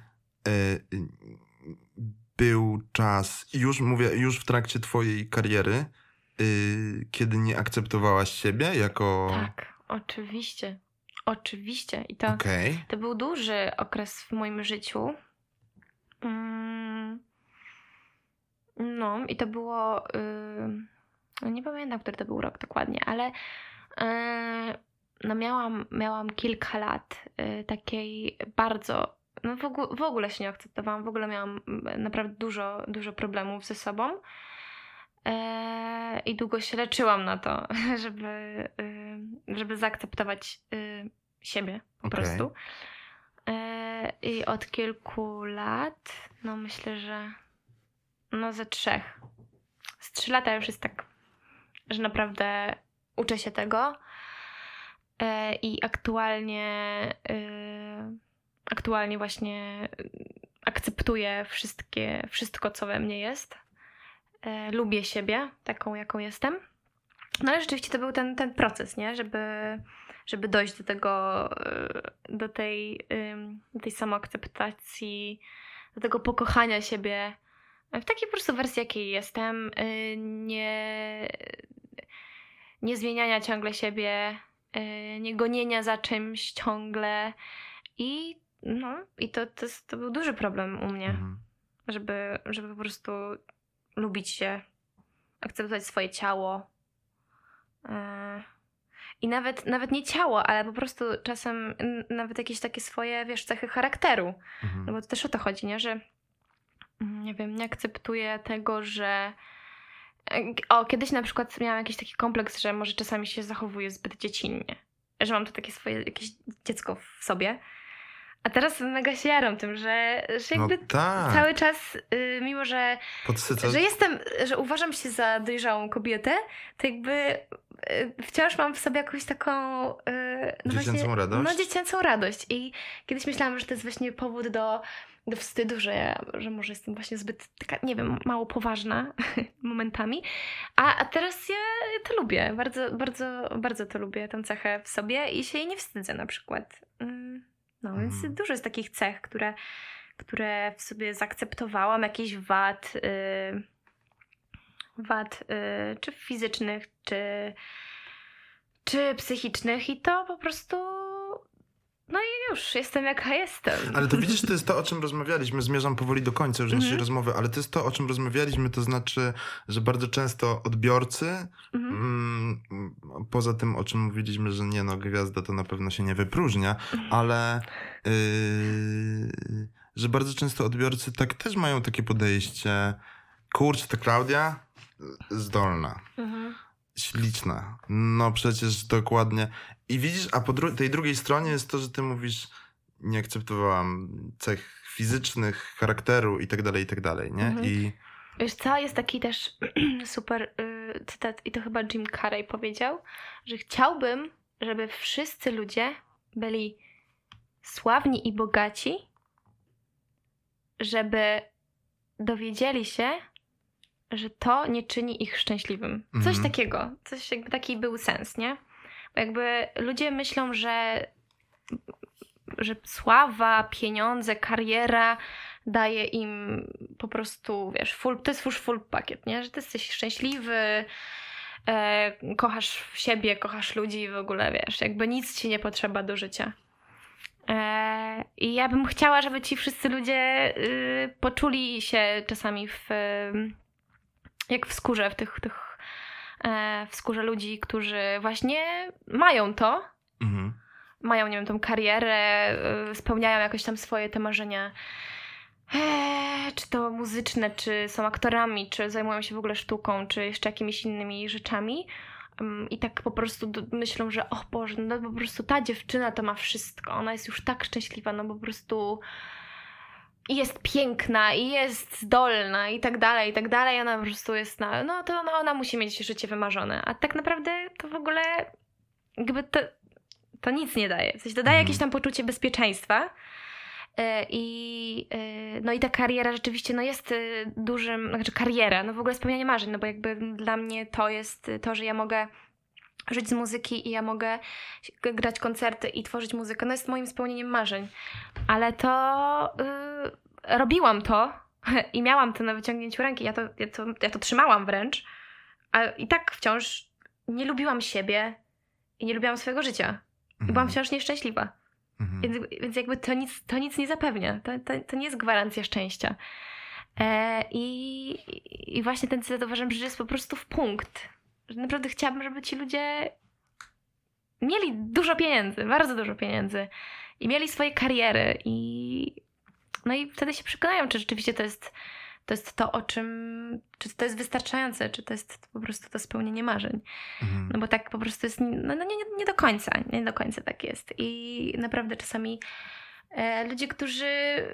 był czas, już w trakcie twojej kariery, kiedy nie akceptowałaś siebie jako... Tak, oczywiście. I to był duży okres w moim życiu. No i to było, nie pamiętam, który to był rok dokładnie, ale no miałam kilka lat takiej bardzo, no w ogóle się nie akceptowałam, w ogóle miałam naprawdę dużo problemów ze sobą i długo się leczyłam na to, żeby zaakceptować siebie po prostu. I od kilku lat, no myślę, że ze 3. Z 3 lata już jest tak, że naprawdę uczę się tego i aktualnie właśnie akceptuję wszystko, co we mnie jest. Lubię siebie taką, jaką jestem. No ale rzeczywiście to był ten proces, nie? Żeby dojść do tego, do tej samoakceptacji, do tego pokochania siebie w takiej po prostu wersji, jakiej jestem. Nie zmieniania ciągle siebie, nie gonienia za czymś ciągle. I to był duży problem u mnie, żeby po prostu lubić się, akceptować swoje ciało. I nawet nie ciało, ale po prostu czasem nawet jakieś takie swoje, cechy charakteru. No bo to też o to chodzi, nie? Że nie wiem, nie akceptuję tego, że kiedyś na przykład miałam jakiś taki kompleks, że może czasami się zachowuję zbyt dziecinnie. Że mam to takie swoje jakieś dziecko w sobie. A teraz mega się jaram tym, że jakby cały czas, mimo że że uważam się za dojrzałą kobietę, to jakby wciąż mam w sobie jakąś taką dziecięcą radość? No, dziecięcą radość. I kiedyś myślałam, że to jest właśnie powód do wstydu, że może jestem właśnie zbyt taka, nie wiem, mało poważna momentami. A teraz ja to lubię. Bardzo, bardzo, bardzo to lubię, tę cechę w sobie i się jej nie wstydzę na przykład. No, więc dużo jest takich cech, które w sobie zaakceptowałam, jakichś wad, czy fizycznych, czy psychicznych i to po prostu, no i już, jestem jaka jestem. Ale to widzisz, to jest to, o czym rozmawialiśmy, zmierzam powoli do końca już naszej rozmowy, ale to jest to, o czym rozmawialiśmy, to znaczy, że bardzo często odbiorcy, poza tym, o czym mówiliśmy, że nie, no gwiazda to na pewno się nie wypróżnia, ale że bardzo często odbiorcy tak też mają takie podejście, kurczę, ta Klaudia zdolna, śliczna, no przecież dokładnie. I widzisz, a po tej drugiej stronie jest to, że ty mówisz, nie akceptowałam cech fizycznych, charakteru i tak dalej, nie? I wiesz co, jest taki też super cytat i to chyba Jim Carrey powiedział, że chciałbym, żeby wszyscy ludzie byli sławni i bogaci, żeby dowiedzieli się, że to nie czyni ich szczęśliwym. Coś takiego. Jakby taki był sens, nie? Bo jakby ludzie myślą, że sława, pieniądze, kariera daje im po prostu, to jest już full pakiet, nie? Że ty jesteś szczęśliwy, kochasz siebie, kochasz ludzi w ogóle, jakby nic ci nie potrzeba do życia. I ja bym chciała, żeby ci wszyscy ludzie poczuli się czasami jak w skórze, w skórze ludzi, którzy właśnie mają to, mają, nie wiem, tą karierę, spełniają jakoś tam swoje te marzenia, czy to muzyczne, czy są aktorami, czy zajmują się w ogóle sztuką, czy jeszcze jakimiś innymi rzeczami. I tak po prostu myślą, że o Boże, no po prostu ta dziewczyna to ma wszystko, ona jest już tak szczęśliwa, no po prostu i jest piękna, i jest zdolna i tak dalej, ona po prostu jest ona musi mieć życie wymarzone, a tak naprawdę to w ogóle jakby to nic nie daje, w sensie to daje jakieś tam poczucie bezpieczeństwa i ta kariera rzeczywiście jest dużym, znaczy kariera, w ogóle spełnianie marzeń, no bo jakby dla mnie to jest to, że ja mogę żyć z muzyki i ja mogę grać koncerty i tworzyć muzykę, no jest moim spełnieniem marzeń. Ale to robiłam to i miałam to na wyciągnięciu ręki, ja to trzymałam wręcz, a i tak wciąż nie lubiłam siebie i nie lubiłam swojego życia. I byłam wciąż nieszczęśliwa. Więc jakby to nic nie zapewnia. To nie jest gwarancja szczęścia. I właśnie ten cytat uważam, że jest po prostu w punkt. Że naprawdę chciałabym, żeby ci ludzie mieli dużo pieniędzy, bardzo dużo pieniędzy i mieli swoje kariery no i wtedy się przekonają, czy rzeczywiście to jest to, o czym, czy to jest wystarczające, czy to jest po prostu to spełnienie marzeń. No bo tak po prostu jest, nie do końca tak jest. I naprawdę czasami ludzie, którzy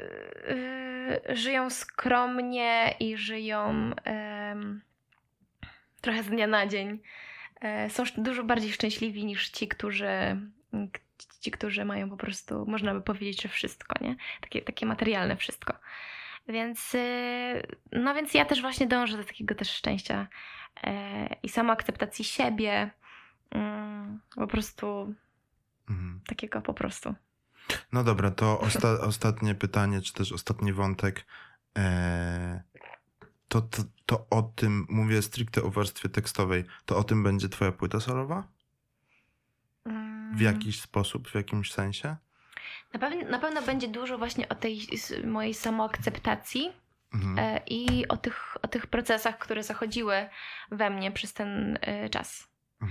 żyją skromnie i żyją trochę z dnia na dzień, są dużo bardziej szczęśliwi niż ci, którzy mają po prostu, można by powiedzieć, że wszystko, nie? Takie materialne wszystko. Więc ja też właśnie dążę do takiego też szczęścia i samoakceptacji siebie. Po prostu takiego po prostu. No dobra, to ostatnie pytanie, czy też ostatni wątek. To o tym, mówię stricte o warstwie tekstowej, to o tym będzie twoja płyta solowa? W jakiś sposób, w jakimś sensie? Na pewno będzie dużo właśnie o tej mojej samoakceptacji i o tych procesach, które zachodziły we mnie przez ten czas.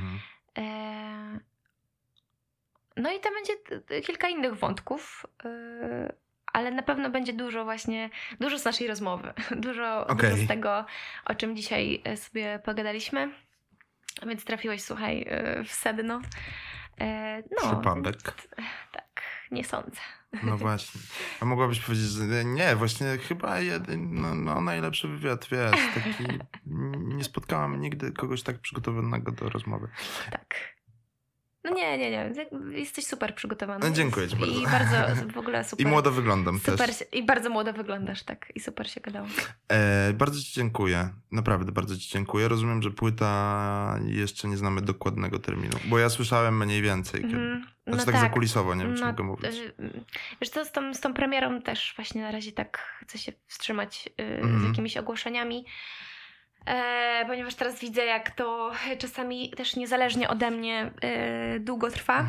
No i tam będzie kilka innych wątków, ale na pewno będzie dużo z naszej rozmowy, dużo z tego, o czym dzisiaj sobie pogadaliśmy. Więc trafiłeś, słuchaj, w sedno. Przypadek. Tak, nie sądzę. No właśnie. A mogłabyś powiedzieć, że nie, właśnie chyba najlepszy wywiad, wiesz, taki nie spotkałam nigdy kogoś tak przygotowanego do rozmowy. Tak. No nie. Jesteś super przygotowany. No, dziękuję ci bardzo. I bardzo w ogóle super. I młodo wyglądam też. I bardzo młodo wyglądasz, tak. I super się gadało. Bardzo ci dziękuję. Naprawdę bardzo ci dziękuję. Rozumiem, że płyta jeszcze nie znamy dokładnego terminu. Bo ja słyszałem mniej więcej. Znaczy tak zakulisowo, nie wiem, czy mogę mówić. Wiesz co, z tą premierą też właśnie na razie tak chcę się wstrzymać z jakimiś ogłoszeniami. Ponieważ teraz widzę, jak to czasami też niezależnie ode mnie długo trwa.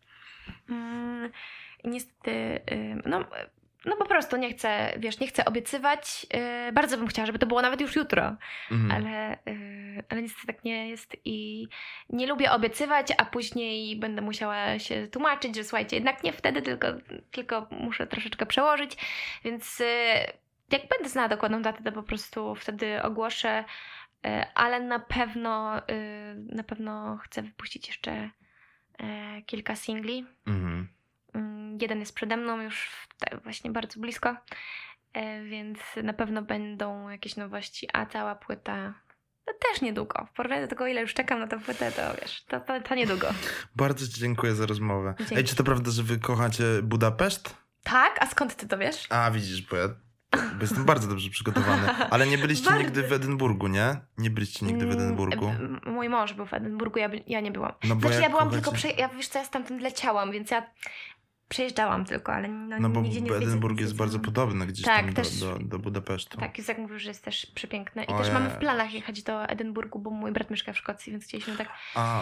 Niestety, no po prostu nie chcę obiecywać. Bardzo bym chciała, żeby to było nawet już jutro, ale niestety tak nie jest i nie lubię obiecywać, a później będę musiała się tłumaczyć, że słuchajcie, jednak nie wtedy, tylko muszę troszeczkę przełożyć, więc jak będę znała dokładną datę, to po prostu wtedy ogłoszę, ale na pewno chcę wypuścić jeszcze kilka singli. Jeden jest przede mną już właśnie bardzo blisko, więc na pewno będą jakieś nowości, a cała płyta też niedługo. W porównaniu do tego, ile już czekam na tę płytę, to wiesz, to niedługo. Bardzo ci dziękuję za rozmowę. Dzięki. Ej, czy to prawda, że wy kochacie Budapeszt? Tak? A skąd ty to wiesz? A widzisz, bo jestem bardzo dobrze przygotowany. Ale nie byliście nigdy w Edynburgu, nie? Nie byliście nigdy w Edynburgu? Mój mąż był w Edynburgu, ja nie byłam. No bo ja byłam tylko, wiesz co, ja stamtąd leciałam, więc ja przejeżdżałam tylko, ale bo nigdzie nie Edynburg jest bardzo podobny gdzieś tam też, do Budapesztu. Tak, Izak mówił, że jest też przepiękne. I też mamy w planach jechać do Edynburgu, bo mój brat mieszka w Szkocji, więc chcieliśmy tak...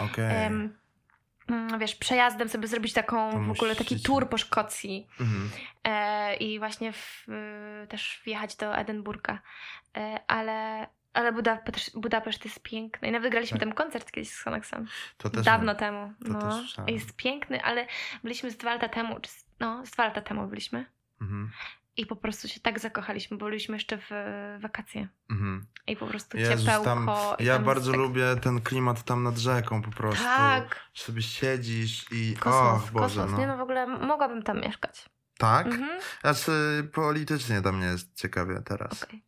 wiesz, przejazdem sobie zrobić w ogóle taki tour po Szkocji i właśnie też wjechać do Edynburga. Ale Budapeszt jest piękny. I nawet graliśmy tam koncert kiedyś z Konaksem. Dawno temu. Jest piękny, ale byliśmy z 2 lata temu. Z 2 lata temu byliśmy. I po prostu się tak zakochaliśmy, bo byliśmy jeszcze w wakacje. I po prostu ciepełko. Ja bardzo lubię ten klimat tam nad rzeką po prostu. Tak. Sobie siedzisz i... Kosmos. Boże, Nie, w ogóle mogłabym tam mieszkać. Tak? Znaczy politycznie tam nie jest ciekawie teraz. Okay.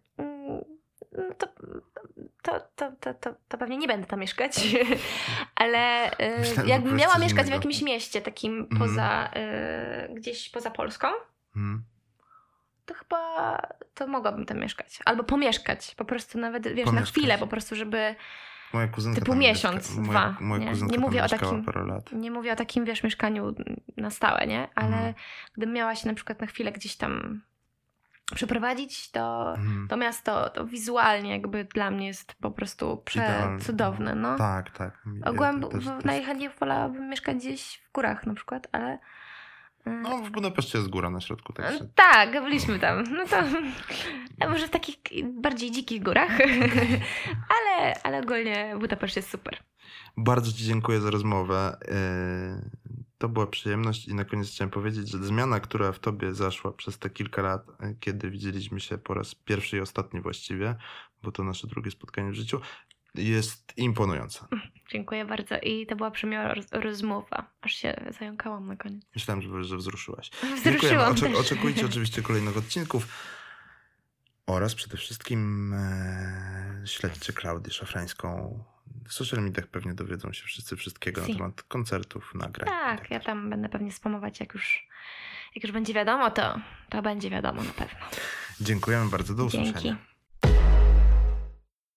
To pewnie nie będę tam mieszkać, ale jakbym miała mieszkać w jakimś mieście takim gdzieś poza Polską, to chyba mogłabym tam mieszkać. Albo pomieszkać. Po prostu nawet, wiesz, na chwilę po prostu, żeby... Moja kuzynka typu miesiąc, 2. Nie mówię o takim, wiesz, mieszkaniu na stałe, nie? Ale gdybym miała się na przykład na chwilę gdzieś tam przeprowadzić, to miasto to wizualnie jakby dla mnie jest po prostu przecudowne. No. Tak. Ogółem najchętniej wolałabym mieszkać gdzieś w górach na przykład, ale No, w Budapeszcie jest góra na środku, także... Tak, byliśmy tam. No to może w takich bardziej dzikich górach, ale ogólnie Budapeszt jest super. Bardzo Ci dziękuję za rozmowę. To była przyjemność i na koniec chciałem powiedzieć, że zmiana, która w Tobie zaszła przez te kilka lat, kiedy widzieliśmy się po raz pierwszy i ostatni właściwie, bo to nasze drugie spotkanie w życiu, jest imponująca. Dziękuję bardzo i to była przymiła rozmowa. Aż się zająkałam na koniec. Myślałem, że wzruszyłaś. Wzruszyłam też. Oczekujcie oczywiście kolejnych odcinków oraz przede wszystkim śledźcie Klaudię Szafrańską. W social mediach pewnie dowiedzą się wszyscy wszystkiego na temat koncertów, nagrań. Tak, ja tam będę pewnie spamować, jak już będzie wiadomo, to będzie wiadomo na pewno. Dziękujemy bardzo, do usłyszenia. Dzięki.